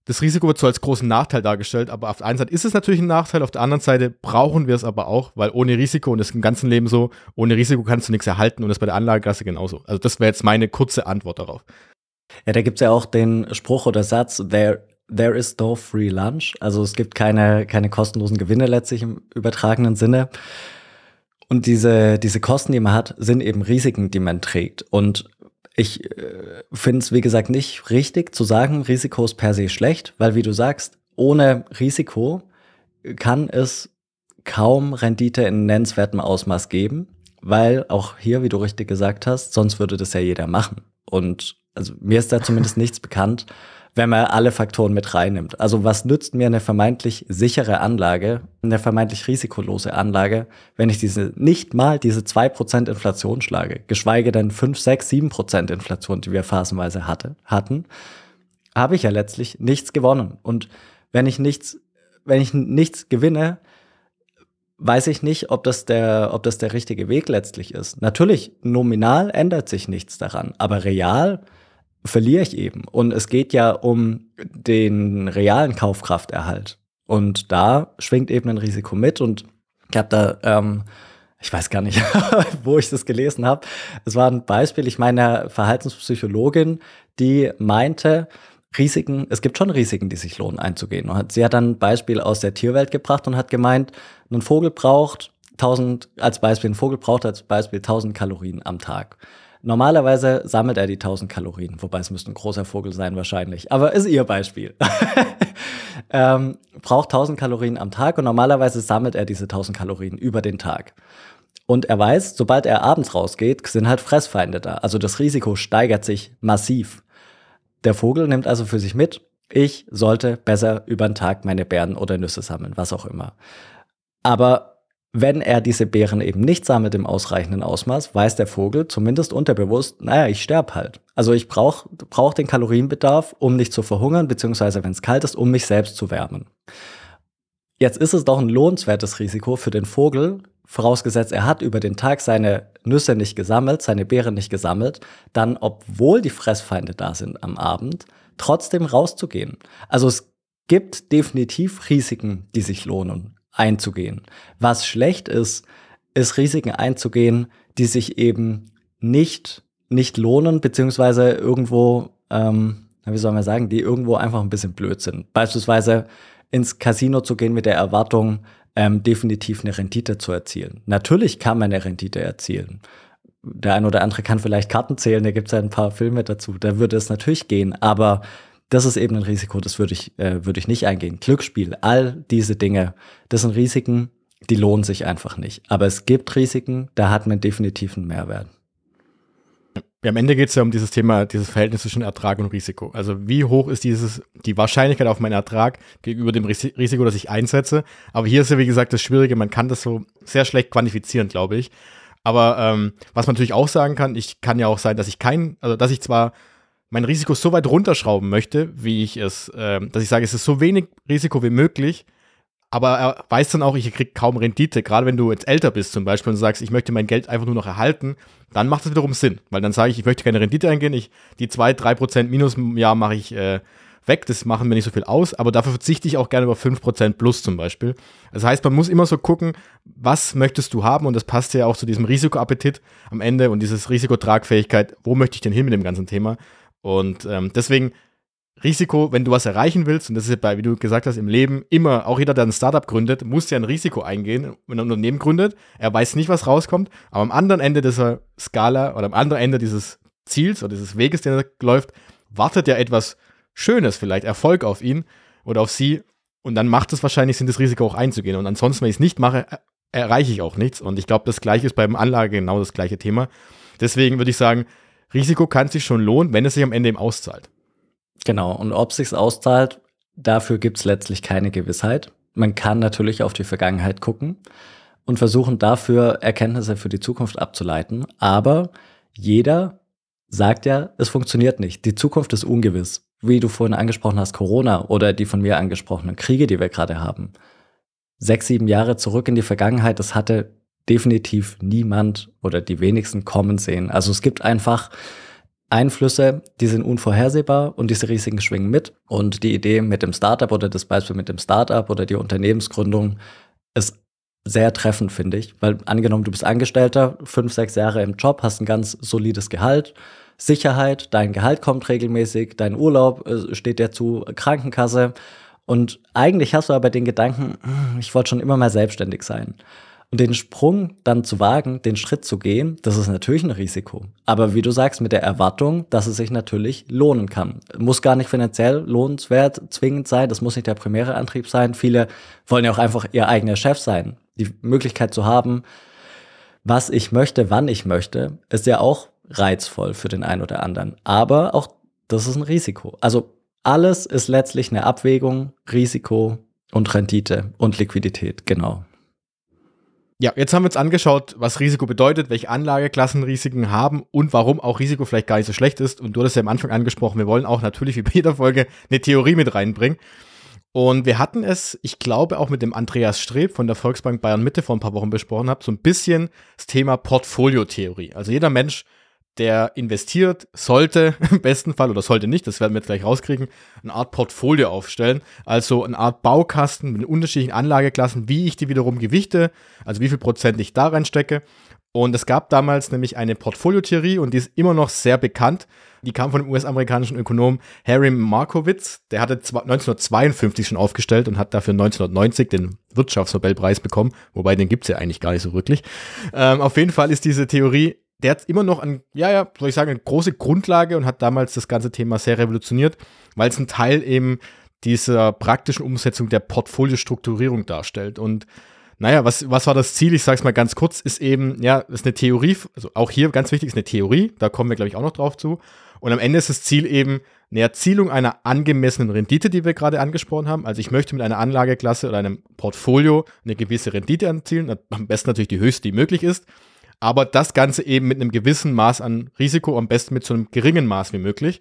B: das Risiko wird so als großen Nachteil dargestellt, aber auf der einen Seite ist es natürlich ein Nachteil, auf der anderen Seite brauchen wir es aber auch, weil ohne Risiko, und das ist im ganzen Leben so, ohne Risiko kannst du nichts erhalten und das bei der Anlageklasse genauso. Also das wäre jetzt meine kurze Antwort darauf.
A: Ja, da gibt's ja auch den Spruch oder Satz, there, there is no free lunch. Also es gibt keine, keine kostenlosen Gewinne letztlich im übertragenen Sinne. Und diese, diese Kosten, die man hat, sind eben Risiken, die man trägt. Und ich äh, finde es, wie gesagt, nicht richtig zu sagen, Risiko ist per se schlecht, weil, wie du sagst, ohne Risiko kann es kaum Rendite in nennenswertem Ausmaß geben, weil auch hier, wie du richtig gesagt hast, sonst würde das ja jeder machen. Und also mir ist da zumindest nichts bekannt, wenn man alle Faktoren mit reinnimmt. Also was nützt mir eine vermeintlich sichere Anlage, eine vermeintlich risikolose Anlage, wenn ich diese nicht mal diese zwei Prozent Inflation schlage, geschweige denn fünf, sechs, sieben Prozent Inflation, die wir phasenweise hatte, hatten, habe ich ja letztlich nichts gewonnen. Und wenn ich nichts, wenn ich nichts gewinne, weiß ich nicht, ob das der, ob das der richtige Weg letztlich ist. Natürlich, nominal ändert sich nichts daran, aber real verliere ich eben. Und es geht ja um den realen Kaufkrafterhalt. Und da schwingt eben ein Risiko mit. Und ich habe da, ähm, ich weiß gar nicht, wo ich das gelesen habe. Es war ein Beispiel, ich meine, eine Verhaltenspsychologin, die meinte, Risiken, es gibt schon Risiken, die sich lohnen einzugehen. Und sie hat dann ein Beispiel aus der Tierwelt gebracht und hat gemeint, ein Vogel braucht tausend, als Beispiel, ein Vogel braucht als Beispiel tausend Kalorien am Tag. Normalerweise sammelt er die tausend Kalorien, wobei es müsste ein großer Vogel sein wahrscheinlich, aber ist ihr Beispiel. ähm, braucht tausend Kalorien am Tag und normalerweise sammelt er diese tausend Kalorien über den Tag. Und er weiß, sobald er abends rausgeht, sind halt Fressfeinde da. Also das Risiko steigert sich massiv. Der Vogel nimmt also für sich mit, ich sollte besser über den Tag meine Beeren oder Nüsse sammeln, was auch immer. Aber wenn er diese Beeren eben nicht sammelt im ausreichenden Ausmaß, weiß der Vogel zumindest unterbewusst, naja, ich sterbe halt. Also ich brauche brauch den Kalorienbedarf, um nicht zu verhungern, beziehungsweise wenn es kalt ist, um mich selbst zu wärmen. Jetzt ist es doch ein lohnenswertes Risiko für den Vogel, vorausgesetzt er hat über den Tag seine Nüsse nicht gesammelt, seine Beeren nicht gesammelt, dann, obwohl die Fressfeinde da sind am Abend, trotzdem rauszugehen. Also es gibt definitiv Risiken, die sich lohnen einzugehen. Was schlecht ist, ist Risiken einzugehen, die sich eben nicht, nicht lohnen, beziehungsweise irgendwo, ähm, wie soll man sagen, die irgendwo einfach ein bisschen blöd sind. Beispielsweise ins Casino zu gehen mit der Erwartung, ähm, definitiv eine Rendite zu erzielen. Natürlich kann man eine Rendite erzielen. Der ein oder andere kann vielleicht Karten zählen, da gibt es ja ein paar Filme dazu, da würde es natürlich gehen, aber das ist eben ein Risiko, das würde ich, äh, würde ich nicht eingehen. Glücksspiel, all diese Dinge, das sind Risiken, die lohnen sich einfach nicht. Aber es gibt Risiken, da hat man definitiv einen Mehrwert.
B: Ja, am Ende geht es ja um dieses Thema, dieses Verhältnis zwischen Ertrag und Risiko. Also wie hoch ist dieses, die Wahrscheinlichkeit auf meinen Ertrag gegenüber dem Ris- Risiko, das ich einsetze. Aber hier ist ja, wie gesagt, das Schwierige, man kann das so sehr schlecht quantifizieren, glaube ich. Aber ähm, was man natürlich auch sagen kann, ich kann ja auch sein, dass ich kein, also dass ich zwar mein Risiko so weit runterschrauben möchte, wie ich es, äh, dass ich sage, es ist so wenig Risiko wie möglich, aber er weiß dann auch, ich kriege kaum Rendite. Gerade wenn du jetzt älter bist zum Beispiel und sagst, ich möchte mein Geld einfach nur noch erhalten, dann macht das wiederum Sinn, weil dann sage ich, ich möchte keine Rendite eingehen, ich, die zwei, drei Prozent Minus im Jahr mache ich äh, weg, das machen mir nicht so viel aus, aber dafür verzichte ich auch gerne über fünf Prozent plus zum Beispiel. Das heißt, man muss immer so gucken, was möchtest du haben und das passt ja auch zu diesem Risikoappetit am Ende und dieses Risikotragfähigkeit, wo möchte ich denn hin mit dem ganzen Thema? Und ähm, deswegen Risiko, wenn du was erreichen willst, und das ist ja bei, wie du gesagt hast, im Leben immer, auch jeder, der ein Startup gründet, muss ja ein Risiko eingehen, wenn er ein Unternehmen gründet. Er weiß nicht, was rauskommt, aber am anderen Ende dieser Skala oder am anderen Ende dieses Ziels oder dieses Weges, den er läuft, wartet ja etwas Schönes, vielleicht Erfolg auf ihn oder auf sie. Und dann macht es wahrscheinlich Sinn, das Risiko auch einzugehen. Und ansonsten, wenn ich es nicht mache, erreiche ich auch nichts. Und ich glaube, das Gleiche ist beim Anlage genau das gleiche Thema. Deswegen würde ich sagen, Risiko kann sich schon lohnen, wenn es sich am Ende eben auszahlt.
A: Genau, und ob es sich auszahlt, dafür gibt es letztlich keine Gewissheit. Man kann natürlich auf die Vergangenheit gucken und versuchen dafür Erkenntnisse für die Zukunft abzuleiten. Aber jeder sagt ja, es funktioniert nicht. Die Zukunft ist ungewiss. Wie du vorhin angesprochen hast, Corona oder die von mir angesprochenen Kriege, die wir gerade haben. Sechs, sieben Jahre zurück in die Vergangenheit, das hatte definitiv niemand oder die wenigsten kommen sehen. Also es gibt einfach Einflüsse, die sind unvorhersehbar und diese Risiken schwingen mit. Und die Idee mit dem Startup oder das Beispiel mit dem Startup oder die Unternehmensgründung ist sehr treffend, finde ich. Weil angenommen, du bist Angestellter, fünf, sechs Jahre im Job, hast ein ganz solides Gehalt, Sicherheit, dein Gehalt kommt regelmäßig, dein Urlaub äh, steht dir zu, Krankenkasse. Und eigentlich hast du aber den Gedanken, ich wollte schon immer mal selbstständig sein. Und den Sprung dann zu wagen, den Schritt zu gehen, das ist natürlich ein Risiko. Aber wie du sagst, mit der Erwartung, dass es sich natürlich lohnen kann. Muss gar nicht finanziell lohnenswert zwingend sein, das muss nicht der primäre Antrieb sein. Viele wollen ja auch einfach ihr eigener Chef sein. Die Möglichkeit zu haben, was ich möchte, wann ich möchte, ist ja auch reizvoll für den einen oder anderen. Aber auch das ist ein Risiko. Also alles ist letztlich eine Abwägung, Risiko und Rendite und Liquidität, genau.
B: Ja, jetzt haben wir uns angeschaut, was Risiko bedeutet, welche Anlageklassen Risiken haben und warum auch Risiko vielleicht gar nicht so schlecht ist. Und du hattest ja am Anfang angesprochen, wir wollen auch natürlich wie bei jeder Folge eine Theorie mit reinbringen. Und wir hatten es, ich glaube auch mit dem Andreas Streb von der Volksbank Bayern Mitte vor ein paar Wochen besprochen habe, so ein bisschen das Thema Portfoliotheorie. Also jeder Mensch, der investiert, sollte im besten Fall, oder sollte nicht, das werden wir jetzt gleich rauskriegen, eine Art Portfolio aufstellen, also eine Art Baukasten mit unterschiedlichen Anlageklassen, wie ich die wiederum gewichte, also wie viel Prozent ich da reinstecke. Und es gab damals nämlich eine Portfoliotheorie und die ist immer noch sehr bekannt. Die kam von dem U S-amerikanischen Ökonom Harry Markowitz. Der hatte neunzehnhundertzweiundfünfzig schon aufgestellt und hat dafür neunzehnhundertneunzig den Wirtschaftsnobelpreis bekommen, wobei den gibt es ja eigentlich gar nicht so wirklich. Ähm, auf jeden Fall ist diese Theorie, der hat immer noch ein, ja, ja, soll ich sagen, eine große Grundlage und hat damals das ganze Thema sehr revolutioniert, weil es ein Teil eben dieser praktischen Umsetzung der Portfoliostrukturierung darstellt. Und naja, was, was war das Ziel? Ich sage es mal ganz kurz, ist eben, ja, ist eine Theorie, also auch hier ganz wichtig, ist eine Theorie, da kommen wir, glaube ich, auch noch drauf zu. Und am Ende ist das Ziel eben eine Erzielung einer angemessenen Rendite, die wir gerade angesprochen haben. Also ich möchte mit einer Anlageklasse oder einem Portfolio eine gewisse Rendite erzielen, am besten natürlich die höchste, die möglich ist. Aber das Ganze eben mit einem gewissen Maß an Risiko, am besten mit so einem geringen Maß wie möglich.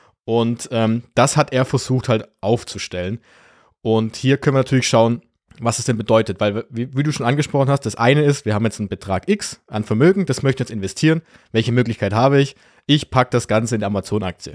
B: Und ähm, das hat er versucht halt aufzustellen. Und hier können wir natürlich schauen, was es denn bedeutet. Weil, wie, wie du schon angesprochen hast, das eine ist, wir haben jetzt einen Betrag X an Vermögen, das möchte ich jetzt investieren. Welche Möglichkeit habe ich? Ich packe das Ganze in die Amazon-Aktie.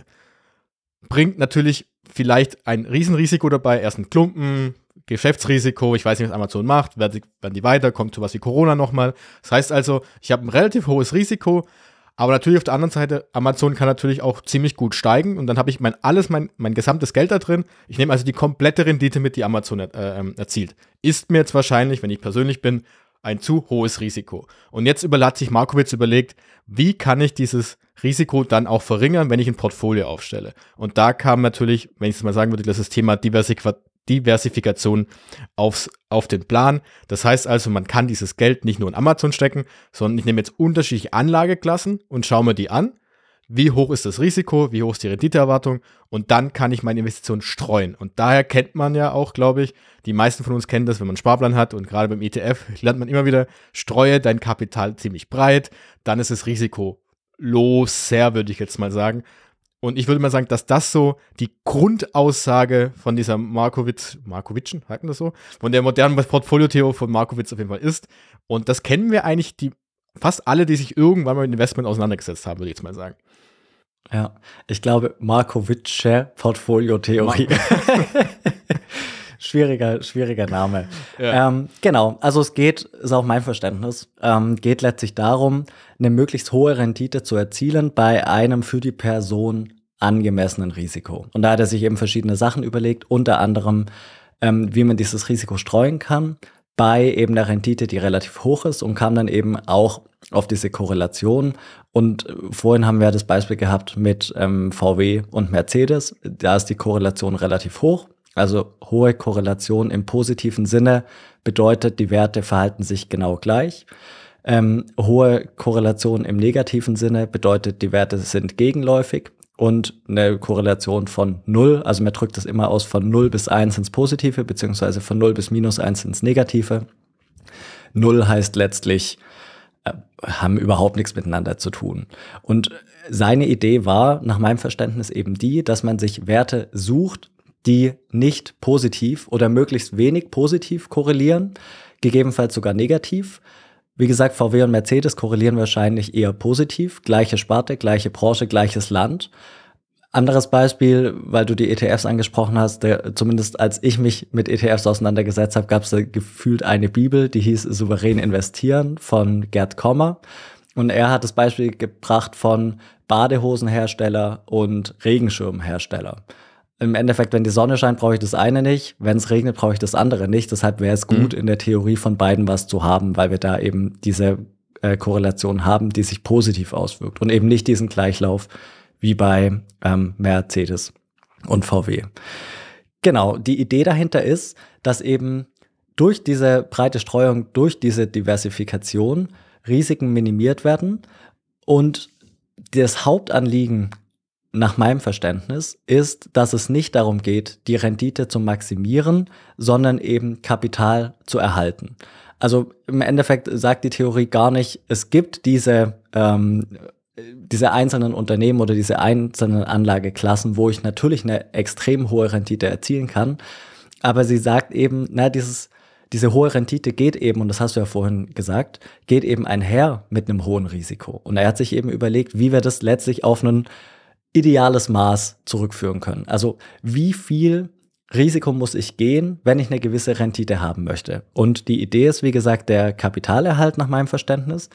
B: Bringt natürlich vielleicht ein Riesenrisiko dabei, erst ein Klumpen, Geschäftsrisiko, ich weiß nicht, was Amazon macht, werden die, werden die weiter, kommt sowas wie Corona nochmal. Das heißt also, ich habe ein relativ hohes Risiko, aber natürlich auf der anderen Seite, Amazon kann natürlich auch ziemlich gut steigen und dann habe ich mein alles, mein, mein gesamtes Geld da drin. Ich nehme also die komplette Rendite mit, die Amazon äh, erzielt. Ist mir jetzt wahrscheinlich, wenn ich persönlich bin, ein zu hohes Risiko. Und jetzt hat sich Markowitz überlegt, wie kann ich dieses Risiko dann auch verringern, wenn ich ein Portfolio aufstelle. Und da kam natürlich, wenn ich es mal sagen würde, das Thema Diversifikation Diversifikation aufs, auf den Plan. Das heißt also, man kann dieses Geld nicht nur in Amazon stecken, sondern ich nehme jetzt unterschiedliche Anlageklassen und schaue mir die an. Wie hoch ist das Risiko? Wie hoch ist die Renditeerwartung? Und dann kann ich meine Investition streuen. Und daher kennt man ja auch, glaube ich, die meisten von uns kennen das, wenn man einen Sparplan hat und gerade beim E T F lernt man immer wieder, streue dein Kapital ziemlich breit, dann ist das Risiko loser, würde ich jetzt mal sagen. Und ich würde mal sagen, dass das so die Grundaussage von dieser Markowitz, Markowitschen, sagt man das so? Von der modernen Portfoliotheorie von Markowitz auf jeden Fall ist. Und das kennen wir eigentlich die fast alle, die sich irgendwann mal mit Investment auseinandergesetzt haben, würde ich jetzt mal sagen.
A: Ja, ich glaube, Markowitsche Portfoliotheorie. Mar- schwieriger, schwieriger Name. Ja. Ähm, genau, also es geht, ist auch mein Verständnis, ähm, geht letztlich darum, eine möglichst hohe Rendite zu erzielen bei einem für die Person angemessenen Risiko. Und da hat er sich eben verschiedene Sachen überlegt, unter anderem, ähm, wie man dieses Risiko streuen kann, bei eben der Rendite, die relativ hoch ist, und kam dann eben auch auf diese Korrelation. Und vorhin haben wir das Beispiel gehabt mit ähm, V W und Mercedes. Da ist die Korrelation relativ hoch. Also hohe Korrelation im positiven Sinne bedeutet, die Werte verhalten sich genau gleich. Ähm, hohe Korrelation im negativen Sinne bedeutet, die Werte sind gegenläufig. Und eine Korrelation von null, also man drückt das immer aus von null bis eins ins Positive, beziehungsweise von null bis minus eins ins Negative. null heißt letztlich, äh, haben überhaupt nichts miteinander zu tun. Und seine Idee war, nach meinem Verständnis eben die, dass man sich Werte sucht, die nicht positiv oder möglichst wenig positiv korrelieren, gegebenenfalls sogar negativ, Wie gesagt, V W und Mercedes korrelieren wahrscheinlich eher positiv. Gleiche Sparte, gleiche Branche, gleiches Land. Anderes Beispiel, weil du die E T Fs angesprochen hast, der, zumindest als ich mich mit E T Fs auseinandergesetzt habe, gab es da gefühlt eine Bibel, die hieß Souverän investieren von Gerd Kommer. Und er hat das Beispiel gebracht von Badehosenhersteller und Regenschirmhersteller. Im Endeffekt, wenn die Sonne scheint, brauche ich das eine nicht. Wenn es regnet, brauche ich das andere nicht. Deshalb wäre es gut, mhm. in der Theorie von beiden was zu haben, weil wir da eben diese äh, Korrelation haben, die sich positiv auswirkt und eben nicht diesen Gleichlauf wie bei ähm, Mercedes und V W. Genau, die Idee dahinter ist, dass eben durch diese breite Streuung, durch diese Diversifikation Risiken minimiert werden. Und das Hauptanliegen nach meinem Verständnis ist, dass es nicht darum geht, die Rendite zu maximieren, sondern eben Kapital zu erhalten. Also im Endeffekt sagt die Theorie gar nicht, es gibt diese, ähm, diese einzelnen Unternehmen oder diese einzelnen Anlageklassen, wo ich natürlich eine extrem hohe Rendite erzielen kann. Aber sie sagt eben, na, dieses Diese hohe Rendite geht eben, und das hast du ja vorhin gesagt, geht eben einher mit einem hohen Risiko. Und er hat sich eben überlegt, wie wir das letztlich auf ein ideales Maß zurückführen können. Also wie viel Risiko muss ich gehen, wenn ich eine gewisse Rendite haben möchte? Und die Idee ist, wie gesagt, der Kapitalerhalt nach meinem Verständnis.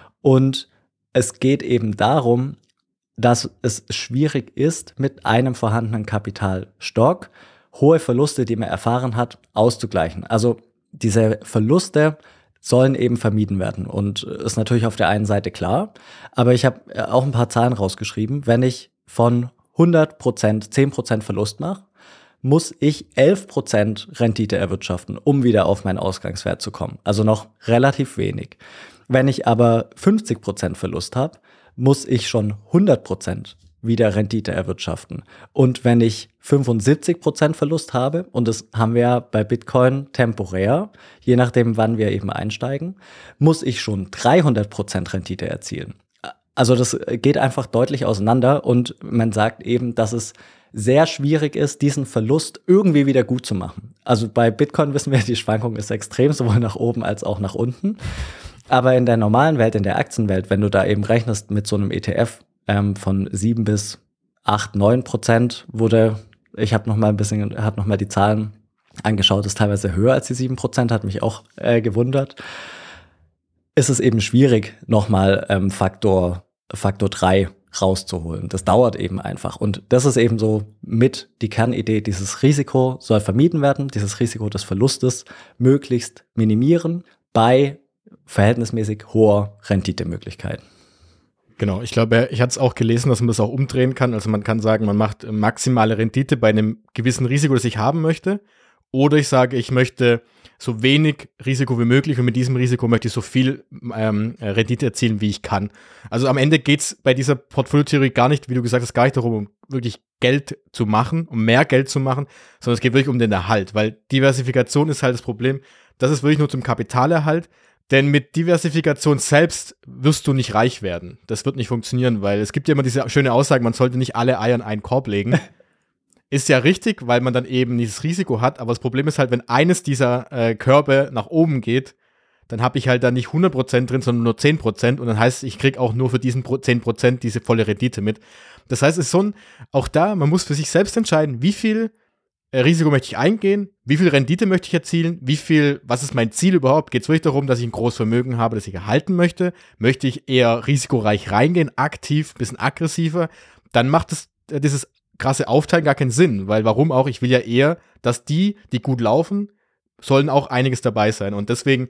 A: Und es geht eben darum, dass es schwierig ist, mit einem vorhandenen Kapitalstock hohe Verluste, die man erfahren hat, auszugleichen. Also diese Verluste sollen eben vermieden werden und ist natürlich auf der einen Seite klar, aber ich habe auch ein paar Zahlen rausgeschrieben. Wenn ich von hundert Prozent zehn Prozent Verlust mache, muss ich elf Prozent Rendite erwirtschaften, um wieder auf meinen Ausgangswert zu kommen. Also noch relativ wenig. Wenn ich aber fünfzig Prozent Verlust habe, muss ich schon hundert Prozent wieder Rendite erwirtschaften. Und wenn ich fünfundsiebzig Prozent Verlust habe, und das haben wir ja bei Bitcoin temporär, je nachdem, wann wir eben einsteigen, muss ich schon dreihundert Prozent Rendite erzielen. Also das geht einfach deutlich auseinander und man sagt eben, dass es sehr schwierig ist, diesen Verlust irgendwie wieder gut zu machen. Also bei Bitcoin wissen wir, die Schwankung ist extrem, sowohl nach oben als auch nach unten. Aber in der normalen Welt, in der Aktienwelt, wenn du da eben rechnest mit so einem E T F ähm, von sieben bis acht, neun Prozent, wurde, ich habe noch mal ein bisschen, habe noch mal die Zahlen angeschaut, ist teilweise höher als die sieben Prozent, hat mich auch äh, gewundert. Ist es eben schwierig, nochmal ähm, Faktor, Faktor drei rauszuholen. Das dauert eben einfach. Und das ist eben so mit die Kernidee, dieses Risiko soll vermieden werden, dieses Risiko des Verlustes möglichst minimieren bei verhältnismäßig hoher Renditemöglichkeit.
B: Genau, ich glaube, ich hatte es auch gelesen, dass man das auch umdrehen kann. Also man kann sagen, man macht maximale Rendite bei einem gewissen Risiko, das ich haben möchte. Oder ich sage, ich möchte so wenig Risiko wie möglich und mit diesem Risiko möchte ich so viel ähm, Rendite erzielen, wie ich kann. Also am Ende geht es bei dieser Portfoliotheorie gar nicht, wie du gesagt hast, gar nicht darum, um wirklich Geld zu machen, um mehr Geld zu machen, sondern es geht wirklich um den Erhalt, weil Diversifikation ist halt das Problem, das ist wirklich nur zum Kapitalerhalt, denn mit Diversifikation selbst wirst du nicht reich werden. Das wird nicht funktionieren, weil es gibt ja immer diese schöne Aussage, man sollte nicht alle Eier in einen Korb legen. Ist ja richtig, weil man dann eben dieses Risiko hat, aber das Problem ist halt, wenn eines dieser äh, Körbe nach oben geht, dann habe ich halt da nicht hundert Prozent drin, sondern nur zehn Prozent und dann heißt es, ich kriege auch nur für diesen zehn Prozent diese volle Rendite mit. Das heißt, es ist so ein, auch da, man muss für sich selbst entscheiden, wie viel äh, Risiko möchte ich eingehen, wie viel Rendite möchte ich erzielen, wie viel, was ist mein Ziel überhaupt? Geht es wirklich darum, dass ich ein großes Vermögen habe, das ich erhalten möchte? Möchte ich eher risikoreich reingehen, aktiv, ein bisschen aggressiver? Dann macht es äh, dieses krasse Aufteilen gar keinen Sinn, weil warum auch, ich will ja eher, dass die, die gut laufen, sollen auch einiges dabei sein und deswegen,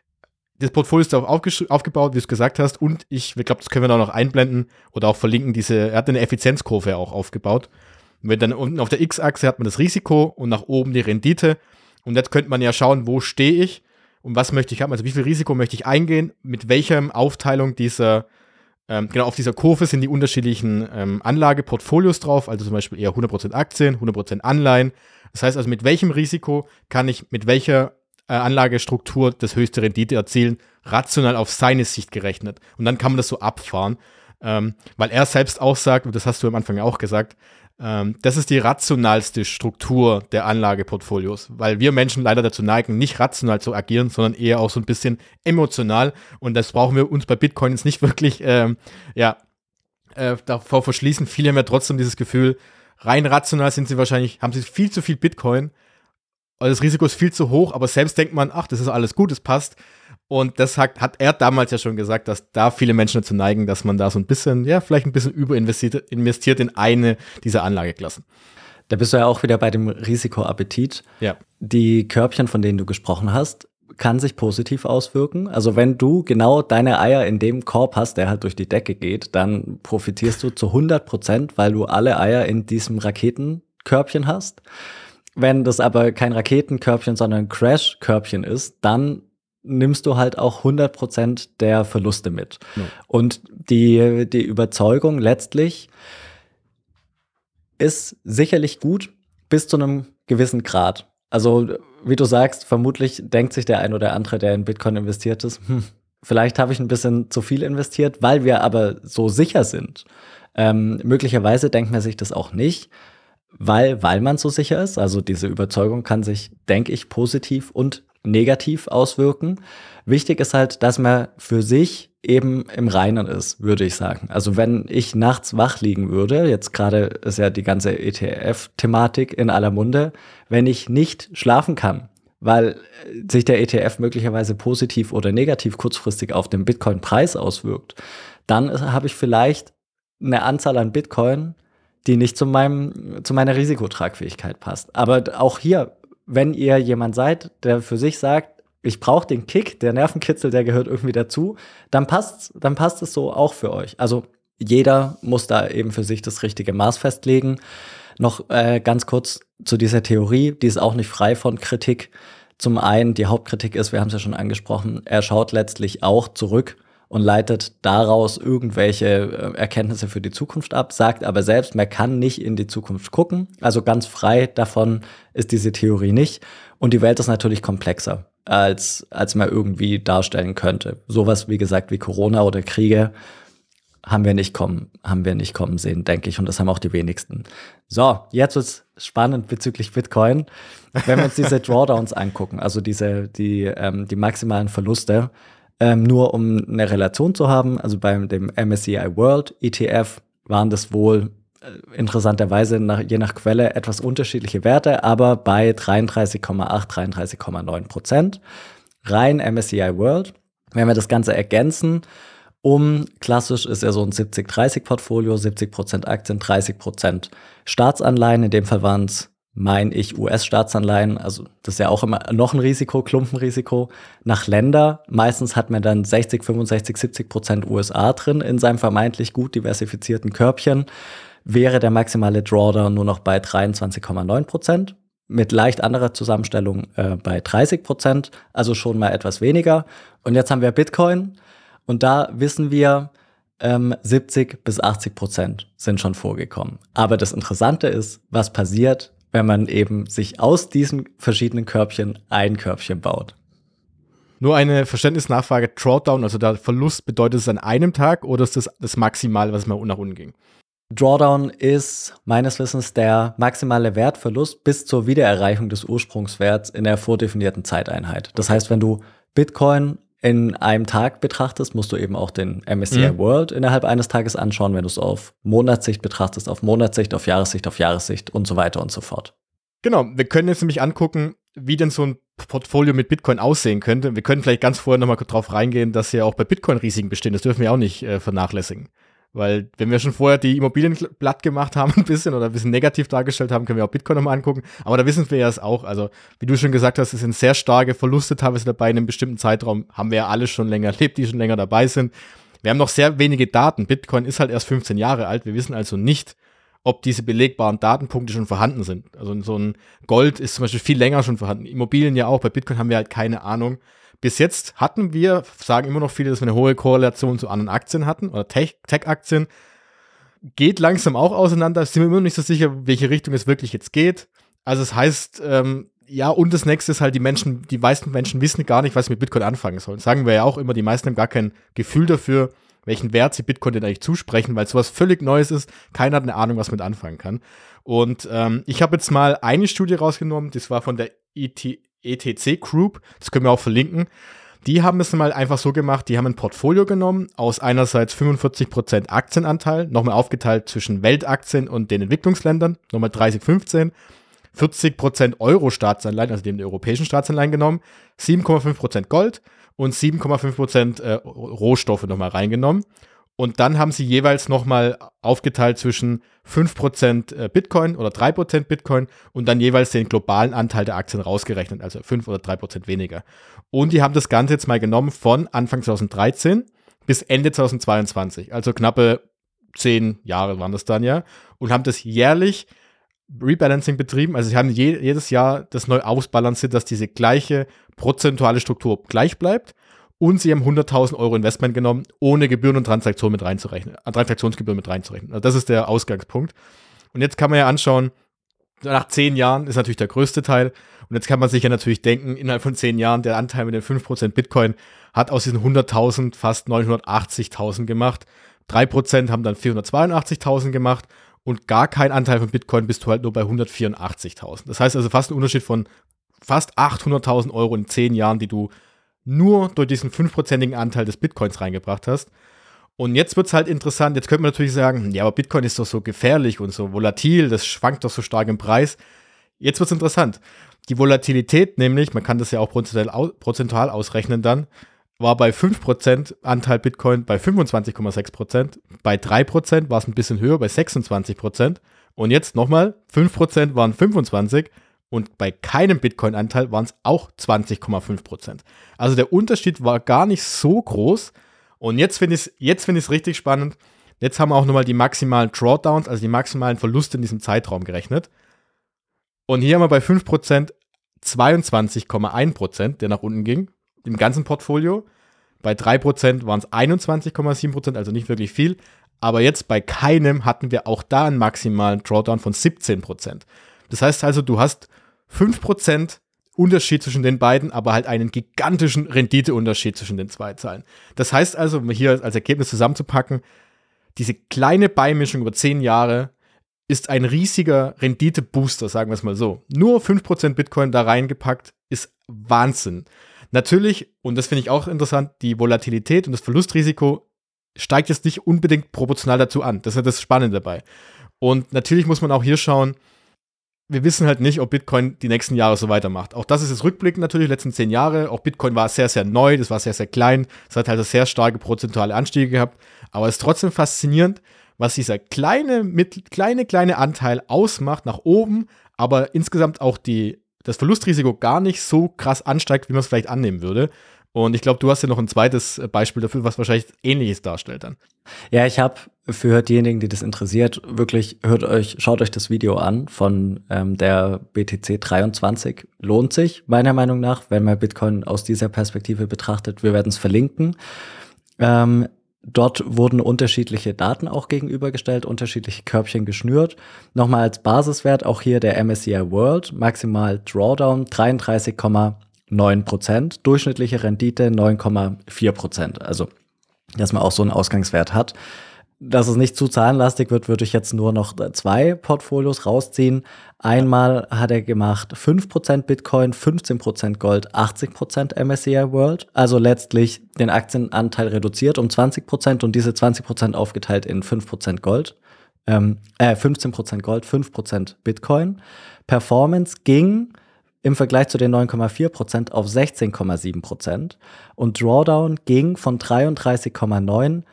B: das Portfolio ist darauf aufgebaut, wie du es gesagt hast und ich, ich glaube, das können wir da noch einblenden oder auch verlinken, diese, er hat eine Effizienzkurve auch aufgebaut und wenn dann unten auf der X-Achse hat man das Risiko und nach oben die Rendite und jetzt könnte man ja schauen, wo stehe ich und was möchte ich haben, also wie viel Risiko möchte ich eingehen, mit welcher Aufteilung dieser Ähm, genau, auf dieser Kurve sind die unterschiedlichen ähm, Anlageportfolios drauf, also zum Beispiel eher hundert Prozent Aktien, hundert Prozent Anleihen. Das heißt also, mit welchem Risiko kann ich mit welcher äh, Anlagestruktur das höchste Rendite erzielen, rational auf seine Sicht gerechnet. Und dann kann man das so abfahren, ähm, weil er selbst auch sagt, und das hast du am Anfang auch gesagt, Ähm, das ist die rationalste Struktur der Anlageportfolios, weil wir Menschen leider dazu neigen, nicht rational zu agieren, sondern eher auch so ein bisschen emotional. Und das brauchen wir uns bei Bitcoin jetzt nicht wirklich ähm, ja, äh, davor verschließen. Viele haben ja trotzdem dieses Gefühl, rein rational sind sie wahrscheinlich, haben sie viel zu viel Bitcoin. Das Risiko ist viel zu hoch, aber selbst denkt man, ach, das ist alles gut, es passt. Und das hat, hat er damals ja schon gesagt, dass da viele Menschen dazu neigen, dass man da so ein bisschen, ja, vielleicht ein bisschen überinvestiert investiert in eine dieser Anlageklassen.
A: Da bist du ja auch wieder bei dem Risikoappetit.
B: Ja.
A: Die Körbchen, von denen du gesprochen hast, kann sich positiv auswirken. Also wenn du genau deine Eier in dem Korb hast, der halt durch die Decke geht, dann profitierst du zu hundert Prozent, weil du alle Eier in diesem Raketenkörbchen hast. Wenn das aber kein Raketenkörbchen, sondern ein Crash-Körbchen ist, dann nimmst du halt auch hundert Prozent der Verluste mit. Ja. Und die, die Überzeugung letztlich ist sicherlich gut bis zu einem gewissen Grad. Also wie du sagst, vermutlich denkt sich der ein oder andere, der in Bitcoin investiert ist, hm, vielleicht habe ich ein bisschen zu viel investiert, weil wir aber so sicher sind. Ähm, möglicherweise denkt man sich das auch nicht, weil, weil man so sicher ist. Also diese Überzeugung kann sich, denke ich, positiv und negativ auswirken. Wichtig ist halt, dass man für sich eben im Reinen ist, würde ich sagen. Also wenn ich nachts wach liegen würde, jetzt gerade ist ja die ganze E T F-Thematik in aller Munde, wenn ich nicht schlafen kann, weil sich der E T F möglicherweise positiv oder negativ kurzfristig auf den Bitcoin-Preis auswirkt, dann habe ich vielleicht eine Anzahl an Bitcoin, die nicht zu meinem, zu meiner Risikotragfähigkeit passt. Aber auch hier, wenn ihr jemand seid, der für sich sagt, ich brauche den Kick, der Nervenkitzel, der gehört irgendwie dazu, dann passt's, dann passt es so auch für euch. Also jeder muss da eben für sich das richtige Maß festlegen. Noch äh, ganz kurz zu dieser Theorie, die ist auch nicht frei von Kritik. Zum einen, die Hauptkritik ist, wir haben es ja schon angesprochen, er schaut letztlich auch zurück und leitet daraus irgendwelche Erkenntnisse für die Zukunft ab, sagt aber selbst, man kann nicht in die Zukunft gucken. Also ganz frei davon ist diese Theorie nicht. Und die Welt ist natürlich komplexer, als, als man irgendwie darstellen könnte. Sowas, wie gesagt, wie Corona oder Kriege haben wir nicht kommen, haben wir nicht kommen sehen, denke ich. Und das haben auch die wenigsten. So, jetzt wird's spannend bezüglich Bitcoin. Wenn wir uns diese Drawdowns angucken, also diese, die, ähm, die maximalen Verluste, Ähm, nur um eine Relation zu haben, also beim dem M S C I World E T F waren das wohl äh, interessanterweise nach, je nach Quelle etwas unterschiedliche Werte, aber bei dreiunddreißig Komma acht, dreiunddreißig Komma neun Prozent. Rein M S C I World. Wenn wir das Ganze ergänzen, um, klassisch ist ja so ein siebzig dreißig Portfolio, siebzig Prozent Aktien, dreißig Prozent Staatsanleihen, in dem Fall waren es, meine ich, U S-Staatsanleihen, also das ist ja auch immer noch ein Risiko, Klumpenrisiko, nach Länder. Meistens hat man dann sechzig, fünfundsechzig, siebzig Prozent U S A drin in seinem vermeintlich gut diversifizierten Körbchen. Wäre der maximale Drawdown nur noch bei dreiundzwanzig Komma neun Prozent, mit leicht anderer Zusammenstellung äh, bei dreißig Prozent, also schon mal etwas weniger. Und jetzt haben wir Bitcoin und da wissen wir, ähm, siebzig bis achtzig Prozent sind schon vorgekommen. Aber das Interessante ist, was passiert, wenn man eben sich aus diesen verschiedenen Körbchen ein Körbchen baut.
B: Nur eine Verständnisnachfrage, Drawdown, also der Verlust, bedeutet es an einem Tag oder ist das das Maximale, was mal nach unten ging?
A: Drawdown ist meines Wissens der maximale Wertverlust bis zur Wiedererreichung des Ursprungswerts in der vordefinierten Zeiteinheit. Das heißt, wenn du Bitcoin in einem Tag betrachtest, musst du eben auch den M S C I mhm. World innerhalb eines Tages anschauen, wenn du es auf Monatssicht betrachtest, auf Monatssicht, auf Jahressicht, auf Jahressicht und so weiter und so fort.
B: Genau, wir können jetzt nämlich angucken, wie denn so ein Portfolio mit Bitcoin aussehen könnte. Wir können vielleicht ganz vorher nochmal drauf reingehen, dass ja auch bei Bitcoin Risiken bestehen. Das dürfen wir auch nicht äh, vernachlässigen. Weil wenn wir schon vorher die Immobilien platt gemacht haben ein bisschen oder ein bisschen negativ dargestellt haben, können wir auch Bitcoin nochmal angucken. Aber da wissen wir ja es auch. Also wie du schon gesagt hast, es sind sehr starke Verluste teilweise dabei in einem bestimmten Zeitraum. Haben wir ja alle schon länger erlebt, die schon länger dabei sind. Wir haben noch sehr wenige Daten. Bitcoin ist halt erst fünfzehn Jahre alt. Wir wissen also nicht, ob diese belegbaren Datenpunkte schon vorhanden sind. Also so ein Gold ist zum Beispiel viel länger schon vorhanden. Immobilien ja auch. Bei Bitcoin haben wir halt keine Ahnung. Bis jetzt hatten wir, sagen immer noch viele, dass wir eine hohe Korrelation zu anderen Aktien hatten oder Tech- Tech-Aktien. Geht langsam auch auseinander. Sind wir immer noch nicht so sicher, welche Richtung es wirklich jetzt geht. Also es heißt, ähm, ja, und das nächste ist halt, die Menschen, die meisten Menschen wissen gar nicht, was sie mit Bitcoin anfangen sollen. Sagen wir ja auch immer, die meisten haben gar kein Gefühl dafür, welchen Wert sie Bitcoin denn eigentlich zusprechen, weil sowas völlig Neues ist. Keiner hat eine Ahnung, was mit anfangen kann. Und ähm, ich habe jetzt mal eine Studie rausgenommen, das war von der E T C Group, das können wir auch verlinken. Die haben es mal einfach so gemacht, die haben ein Portfolio genommen aus einerseits fünfundvierzig Prozent Aktienanteil, nochmal aufgeteilt zwischen Weltaktien und den Entwicklungsländern, nochmal dreißig fünfzehn, vierzig Prozent Euro-Staatsanleihen, also den europäischen Staatsanleihen genommen, sieben Komma fünf Prozent Gold und sieben Komma fünf Prozent äh, Rohstoffe nochmal reingenommen. Und dann haben sie jeweils nochmal aufgeteilt zwischen fünf Prozent Bitcoin oder drei Prozent Bitcoin und dann jeweils den globalen Anteil der Aktien rausgerechnet, also fünf oder drei Prozent weniger. Und die haben das Ganze jetzt mal genommen von Anfang zweitausenddreizehn bis Ende zweitausendzweiundzwanzig, also knappe zehn Jahre waren das dann ja, und haben das jährlich Rebalancing betrieben, also sie haben je, jedes Jahr das neu ausbalanciert, dass diese gleiche prozentuale Struktur gleich bleibt. Und sie haben hunderttausend Euro Investment genommen, ohne Gebühren und Transaktionen mit reinzurechnen, äh, Transaktionsgebühren mit reinzurechnen. Also das ist der Ausgangspunkt. Und jetzt kann man ja anschauen, nach zehn Jahren ist natürlich der größte Teil. Und jetzt kann man sich ja natürlich denken, innerhalb von zehn Jahren, der Anteil mit den fünf Prozent Bitcoin hat aus diesen hunderttausend fast neunhundertachtzigtausend gemacht. drei Prozent haben dann vierhundertzweiundachtzigtausend gemacht. Und gar kein Anteil von Bitcoin bist du halt nur bei hundertvierundachtzigtausend. Das heißt also fast ein Unterschied von fast achthunderttausend Euro in zehn Jahren, die du nur durch diesen fünfprozentigen Anteil des Bitcoins reingebracht hast. Und jetzt wird es halt interessant, jetzt könnte man natürlich sagen, ja, aber Bitcoin ist doch so gefährlich und so volatil, das schwankt doch so stark im Preis. Jetzt wird es interessant. Die Volatilität nämlich, man kann das ja auch prozentual, prozentual ausrechnen dann, war bei fünf Prozent Anteil Bitcoin bei fünfundzwanzig Komma sechs Prozent, bei drei Prozent war es ein bisschen höher, bei sechsundzwanzig Prozent und jetzt nochmal, fünf Prozent waren fünfundzwanzig und bei keinem Bitcoin-Anteil waren es auch zwanzig Komma fünf Prozent. Also der Unterschied war gar nicht so groß. Und jetzt finde ich es jetzt find ich's richtig spannend. Jetzt haben wir auch nochmal die maximalen Drawdowns, also die maximalen Verluste in diesem Zeitraum gerechnet. Und hier haben wir bei fünf Prozent zweiundzwanzig Komma eins Prozent, der nach unten ging, im ganzen Portfolio. Bei drei Prozent waren es einundzwanzig Komma sieben Prozent, also nicht wirklich viel. Aber jetzt bei keinem hatten wir auch da einen maximalen Drawdown von siebzehn Prozent. Das heißt also, du hast fünf Prozent Unterschied zwischen den beiden, aber halt einen gigantischen Renditeunterschied zwischen den zwei Zahlen. Das heißt also, um hier als Ergebnis zusammenzupacken, diese kleine Beimischung über zehn Jahre ist ein riesiger Renditebooster, sagen wir es mal so. Nur fünf Prozent Bitcoin da reingepackt ist Wahnsinn. Natürlich, und das finde ich auch interessant, die Volatilität und das Verlustrisiko steigt jetzt nicht unbedingt proportional dazu an. Das ist ja das Spannende dabei. Und natürlich muss man auch hier schauen, wir wissen halt nicht, ob Bitcoin die nächsten Jahre so weitermacht. Auch das ist jetzt rückblickend natürlich, die letzten zehn Jahre. Auch Bitcoin war sehr, sehr neu, das war sehr, sehr klein. Es hat halt sehr starke prozentuale Anstiege gehabt. Aber es ist trotzdem faszinierend, was dieser kleine, mit, kleine, kleine Anteil ausmacht nach oben, aber insgesamt auch die, das Verlustrisiko gar nicht so krass ansteigt, wie man es vielleicht annehmen würde. Und ich glaube, du hast ja noch ein zweites Beispiel dafür, was wahrscheinlich Ähnliches darstellt dann.
A: Ja, ich habe für diejenigen, die das interessiert, wirklich, hört euch, schaut euch das Video an von ähm, der B T C dreiundzwanzig. Lohnt sich, meiner Meinung nach, wenn man Bitcoin aus dieser Perspektive betrachtet. Wir werden es verlinken. Ähm, dort wurden unterschiedliche Daten auch gegenübergestellt, unterschiedliche Körbchen geschnürt. Nochmal als Basiswert auch hier der M S C I World, maximal Drawdown dreiunddreißig Komma neun Prozent, durchschnittliche Rendite neun Komma vier Prozent. Also, dass man auch so einen Ausgangswert hat. Dass es nicht zu zahlenlastig wird, würde ich jetzt nur noch zwei Portfolios rausziehen. Einmal hat er gemacht fünf Prozent Bitcoin, fünfzehn Prozent Gold, achtzig Prozent M S C I World. Also letztlich den Aktienanteil reduziert um zwanzig Prozent und diese zwanzig Prozent aufgeteilt in fünf Prozent Gold. Ähm, äh, fünfzehn Prozent Gold, fünf Prozent Bitcoin. Performance ging im Vergleich zu den neun Komma vier Prozent auf sechzehn Komma sieben Prozent und Drawdown ging von dreiunddreißig Komma neun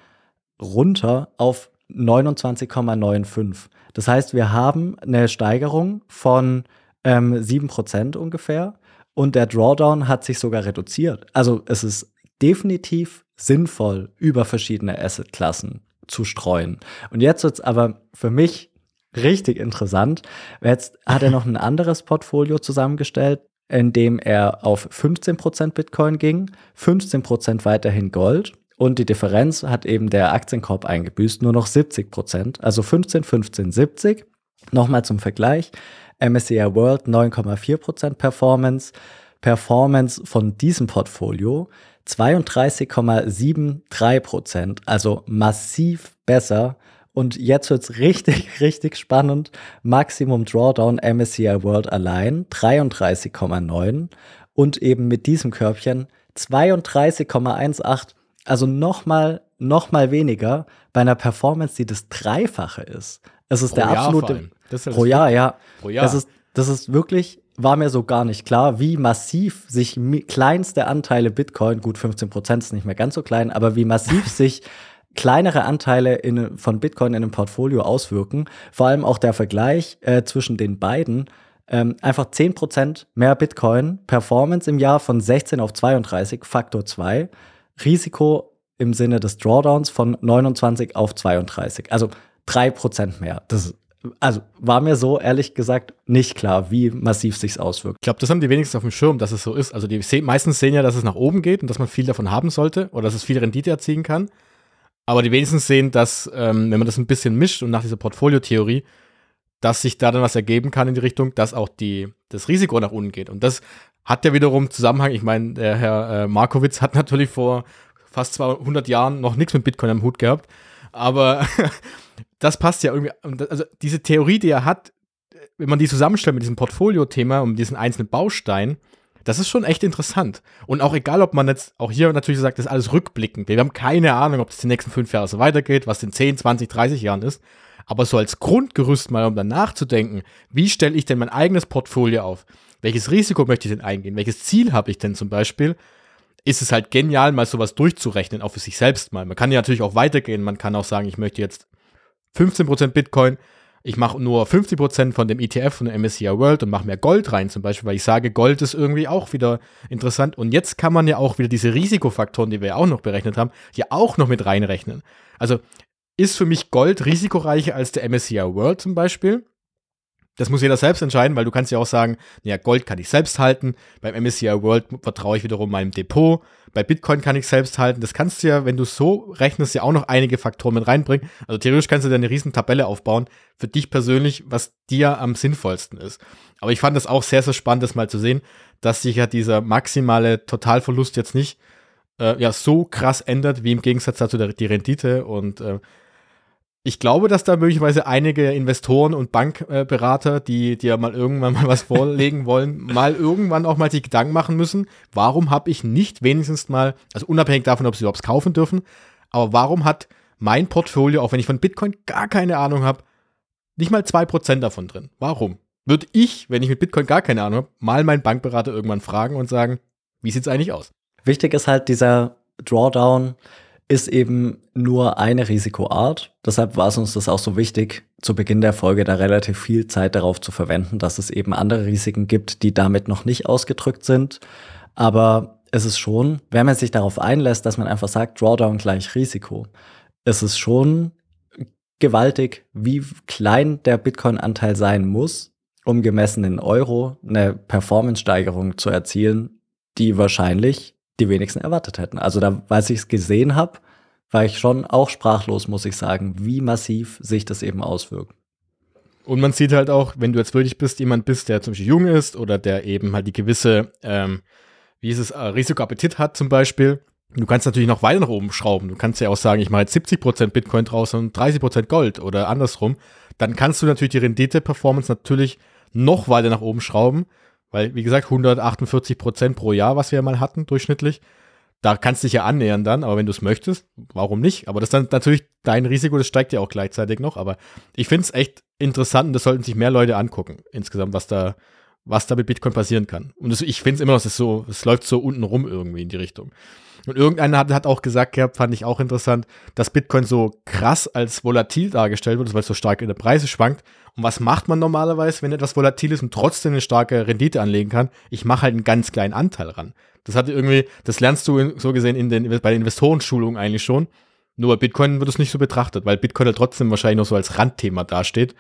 A: runter auf neunundzwanzig Komma fünfundneunzig. Das heißt, wir haben eine Steigerung von ähm, sieben Prozent ungefähr und der Drawdown hat sich sogar reduziert. Also es ist definitiv sinnvoll, über verschiedene Assetklassen zu streuen. Und jetzt wird es aber für mich richtig interessant. Jetzt hat er noch ein anderes Portfolio zusammengestellt, in dem er auf fünfzehn Prozent Bitcoin ging, fünfzehn Prozent weiterhin Gold und die Differenz hat eben der Aktienkorb eingebüßt, nur noch siebzig Prozent, also fünfzehn, fünfzehn, siebzig. Nochmal zum Vergleich, M S C I World neun Komma vier Prozent Performance, Performance von diesem Portfolio zweiunddreißig Komma dreiundsiebzig Prozent, also massiv besser. Und jetzt wird's richtig, richtig spannend. Maximum Drawdown M S C I World allein dreiunddreißig Komma neun und eben mit diesem Körbchen zweiunddreißig Komma achtzehn, also nochmal noch mal weniger bei einer Performance, die das Dreifache ist. Es ist
B: Pro
A: der
B: Jahr
A: absolute
B: vor allem. Das ist ja das
A: pro Jahr,
B: Wichtige.
A: ja.
B: Pro Jahr.
A: Das ist das ist wirklich, war mir so gar nicht klar, wie massiv sich mi- kleinste Anteile Bitcoin, gut fünfzehn Prozent ist nicht mehr ganz so klein, aber wie massiv sich kleinere Anteile in, von Bitcoin in einem Portfolio auswirken. Vor allem auch der Vergleich äh, zwischen den beiden. Ähm, einfach zehn Prozent mehr Bitcoin, Performance im Jahr von sechzehn auf zweiunddreißig, Faktor zwei. Risiko im Sinne des Drawdowns von neunundzwanzig auf zweiunddreißig. Also drei Prozent mehr. Das also war mir so ehrlich gesagt nicht klar, wie massiv sich's auswirkt.
B: Ich glaube, das haben die wenigstens auf dem Schirm, dass es so ist. Also die se- meistens sehen ja, dass es nach oben geht und dass man viel davon haben sollte oder dass es viel Rendite erzielen kann. Aber die wenigstens sehen, dass, ähm, wenn man das ein bisschen mischt und nach dieser Portfoliotheorie, dass sich da dann was ergeben kann in die Richtung, dass auch die, das Risiko nach unten geht. Und das hat ja wiederum Zusammenhang. Ich meine, der Herr äh, Markowitz hat natürlich vor fast zweihundert Jahren noch nichts mit Bitcoin am Hut gehabt. Aber das passt ja irgendwie. Also diese Theorie, die er hat, wenn man die zusammenstellt mit diesem Portfolio-Thema und diesen einzelnen Bausteinen, das ist schon echt interessant. Und auch egal, ob man jetzt auch hier natürlich sagt, das ist alles rückblickend. Wir haben keine Ahnung, ob das die nächsten fünf Jahre so weitergeht, was in zehn, zwanzig, dreißig Jahren ist. Aber so als Grundgerüst mal, um dann nachzudenken, wie stelle ich denn mein eigenes Portfolio auf? Welches Risiko möchte ich denn eingehen? Welches Ziel habe ich denn zum Beispiel? Ist es halt genial, mal sowas durchzurechnen, auch für sich selbst mal. Man kann ja natürlich auch weitergehen. Man kann auch sagen, ich möchte jetzt fünfzehn Prozent Bitcoin, ich mache nur fünfzig Prozent von dem E T F von der M S C I World und mache mehr Gold rein zum Beispiel, weil ich sage, Gold ist irgendwie auch wieder interessant. Und jetzt kann man ja auch wieder diese Risikofaktoren, die wir ja auch noch berechnet haben, ja auch noch mit reinrechnen. Also ist für mich Gold risikoreicher als der M S C I World zum Beispiel? Das muss jeder selbst entscheiden, weil du kannst ja auch sagen, ja, Gold kann ich selbst halten, beim M S C I World vertraue ich wiederum meinem Depot, bei Bitcoin kann ich selbst halten. Das kannst du ja, wenn du so rechnest, ja auch noch einige Faktoren mit reinbringen. Also theoretisch kannst du dir eine riesen Tabelle aufbauen, für dich persönlich, was dir am sinnvollsten ist. Aber ich fand das auch sehr, sehr spannend, das mal zu sehen, dass sich ja dieser maximale Totalverlust jetzt nicht äh, ja, so krass ändert, wie im Gegensatz dazu der, die Rendite. Und äh, ich glaube, dass da möglicherweise einige Investoren und Bankberater, die dir mal irgendwann mal was vorlegen wollen, mal irgendwann auch mal sich Gedanken machen müssen, warum habe ich nicht wenigstens mal, also unabhängig davon, ob sie überhaupt kaufen dürfen, aber warum hat mein Portfolio, auch wenn ich von Bitcoin gar keine Ahnung habe, nicht mal zwei Prozent davon drin? Warum? Würde ich, wenn ich mit Bitcoin gar keine Ahnung habe, mal meinen Bankberater irgendwann fragen und sagen, wie sieht es eigentlich aus?
A: Wichtig ist halt, dieser Drawdown ist eben nur eine Risikoart. Deshalb war es uns das auch so wichtig, zu Beginn der Folge da relativ viel Zeit darauf zu verwenden, dass es eben andere Risiken gibt, die damit noch nicht ausgedrückt sind. Aber es ist schon, wenn man sich darauf einlässt, dass man einfach sagt, Drawdown gleich Risiko, es ist schon gewaltig, wie klein der Bitcoin-Anteil sein muss, um gemessen in Euro eine Performance-Steigerung zu erzielen, die wahrscheinlich die wenigsten erwartet hätten. Also da, als ich es gesehen habe, war ich schon auch sprachlos, muss ich sagen, wie massiv sich das eben auswirkt.
B: Und man sieht halt auch, wenn du jetzt wirklich bist, jemand bist, der zum Beispiel jung ist oder der eben halt die gewisse, ähm, wie ist es, äh, Risikoappetit hat zum Beispiel. Du kannst natürlich noch weiter nach oben schrauben. Du kannst ja auch sagen, ich mache jetzt siebzig Prozent Bitcoin draus und dreißig Prozent Gold oder andersrum. Dann kannst du natürlich die Rendite-Performance natürlich noch weiter nach oben schrauben. Weil, wie gesagt, hundertachtundvierzig Prozent pro Jahr, was wir ja mal hatten, durchschnittlich. Da kannst du dich ja annähern dann, aber wenn du es möchtest, warum nicht? Aber das ist dann natürlich dein Risiko, das steigt ja auch gleichzeitig noch. Aber ich finde es echt interessant und das sollten sich mehr Leute angucken, insgesamt, was da, was da mit Bitcoin passieren kann. Und das, ich finde es immer noch, es ist so, es läuft so unten rum irgendwie in die Richtung. Und irgendeiner hat, hat auch gesagt gehabt, fand ich auch interessant, dass Bitcoin so krass als volatil dargestellt wird, weil es so stark in der Preise schwankt. Und was macht man normalerweise, wenn etwas volatil ist und trotzdem eine starke Rendite anlegen kann? Ich mache halt einen ganz kleinen Anteil ran. Das hatte irgendwie, das lernst du in, so gesehen in den, bei den Investorenschulungen eigentlich schon. Nur bei Bitcoin wird es nicht so betrachtet, weil Bitcoin ja trotzdem wahrscheinlich noch so als Randthema dasteht.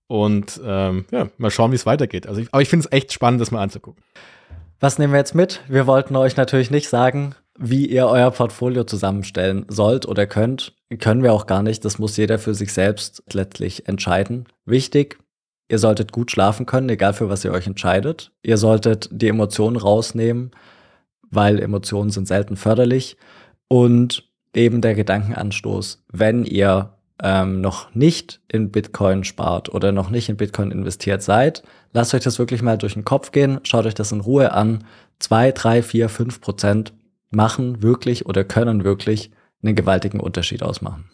B: Und ähm, ja, mal schauen, wie es weitergeht. Also ich, aber ich finde es echt spannend, das mal anzugucken.
A: Was nehmen wir jetzt mit? Wir wollten euch natürlich nicht sagen, wie ihr euer Portfolio zusammenstellen sollt oder könnt. Können wir auch gar nicht. Das muss jeder für sich selbst letztlich entscheiden. Wichtig, ihr solltet gut schlafen können, egal für was ihr euch entscheidet. Ihr solltet die Emotionen rausnehmen, weil Emotionen sind selten förderlich. Und eben der Gedankenanstoß, wenn ihr ähm, noch nicht in Bitcoin spart oder noch nicht in Bitcoin investiert seid, lasst euch das wirklich mal durch den Kopf gehen, schaut euch das in Ruhe an. Zwei, drei, vier, fünf Prozent machen wirklich oder können wirklich einen gewaltigen Unterschied ausmachen.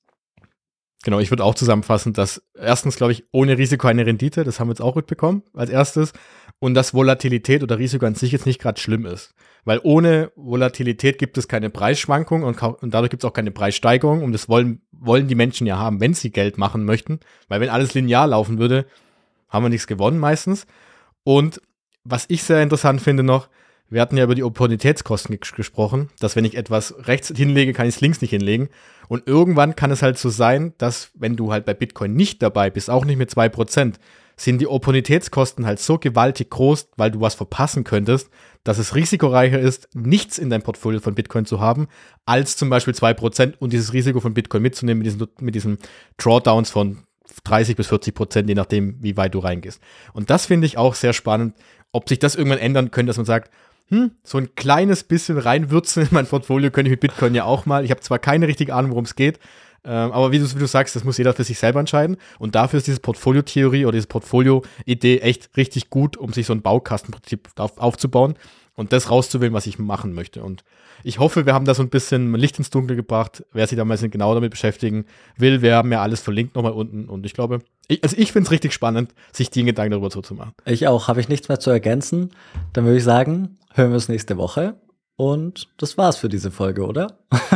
B: Genau, ich würde auch zusammenfassen, dass erstens, glaube ich, ohne Risiko eine Rendite, das haben wir jetzt auch mitbekommen als erstes, und dass Volatilität oder Risiko an sich jetzt nicht gerade schlimm ist. Weil ohne Volatilität gibt es keine Preisschwankung und, und dadurch gibt es auch keine Preissteigerung, und das wollen, wollen die Menschen ja haben, wenn sie Geld machen möchten, weil wenn alles linear laufen würde, haben wir nichts gewonnen meistens. Und was ich sehr interessant finde noch, wir hatten ja über die Opportunitätskosten g- gesprochen, dass wenn ich etwas rechts hinlege, kann ich es links nicht hinlegen. Und irgendwann kann es halt so sein, dass wenn du halt bei Bitcoin nicht dabei bist, auch nicht mit zwei Prozent, sind die Opportunitätskosten halt so gewaltig groß, weil du was verpassen könntest, dass es risikoreicher ist, nichts in deinem Portfolio von Bitcoin zu haben, als zum Beispiel zwei Prozent und dieses Risiko von Bitcoin mitzunehmen mit diesen, mit diesen Drawdowns von dreißig bis vierzig Prozent, je nachdem, wie weit du reingehst. Und das finde ich auch sehr spannend, ob sich das irgendwann ändern könnte, dass man sagt, hm, so ein kleines bisschen reinwürzen in mein Portfolio könnte ich mit Bitcoin ja auch mal. Ich habe zwar keine richtige Ahnung, worum es geht, ähm, aber wie du, wie du sagst, das muss jeder für sich selber entscheiden. Und dafür ist diese Portfolio-Theorie oder diese Portfolio-Idee echt richtig gut, um sich so ein Baukastenprinzip auf, aufzubauen und das rauszuwählen, was ich machen möchte. Und ich hoffe, wir haben da so ein bisschen Licht ins Dunkel gebracht. Wer sich da mal genau damit beschäftigen will, wir haben ja alles verlinkt nochmal unten. Und ich glaube, ich, also ich finde es richtig spannend, sich die Gedanken darüber so zu machen.
A: Ich auch. Habe ich nichts mehr zu ergänzen? Dann würde ich sagen, hören wir uns nächste Woche. Und das war's für diese Folge, oder?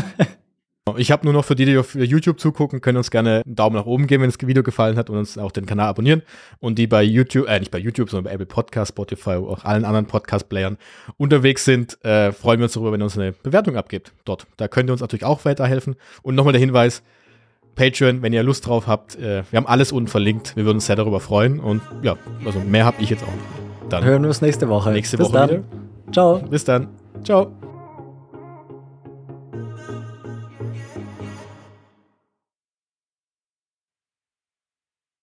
B: Ich habe nur noch für die, die auf YouTube zugucken, können uns gerne einen Daumen nach oben geben, wenn das Video gefallen hat, und uns auch den Kanal abonnieren. Und die bei YouTube, äh, nicht bei YouTube, sondern bei Apple Podcast, Spotify, auch allen anderen Podcast-Playern unterwegs sind, äh, freuen wir uns darüber, wenn ihr uns eine Bewertung abgibt dort. Da könnt ihr uns natürlich auch weiterhelfen. Und nochmal der Hinweis, Patreon, wenn ihr Lust drauf habt, äh, wir haben alles unten verlinkt. Wir würden uns sehr darüber freuen. Und ja, also mehr habe ich jetzt auch nicht.
A: Dann hören wir uns nächste Woche.
B: Nächste
A: Bis
B: Woche
A: dann.
B: wieder.
A: Ciao.
B: Bis dann. Ciao.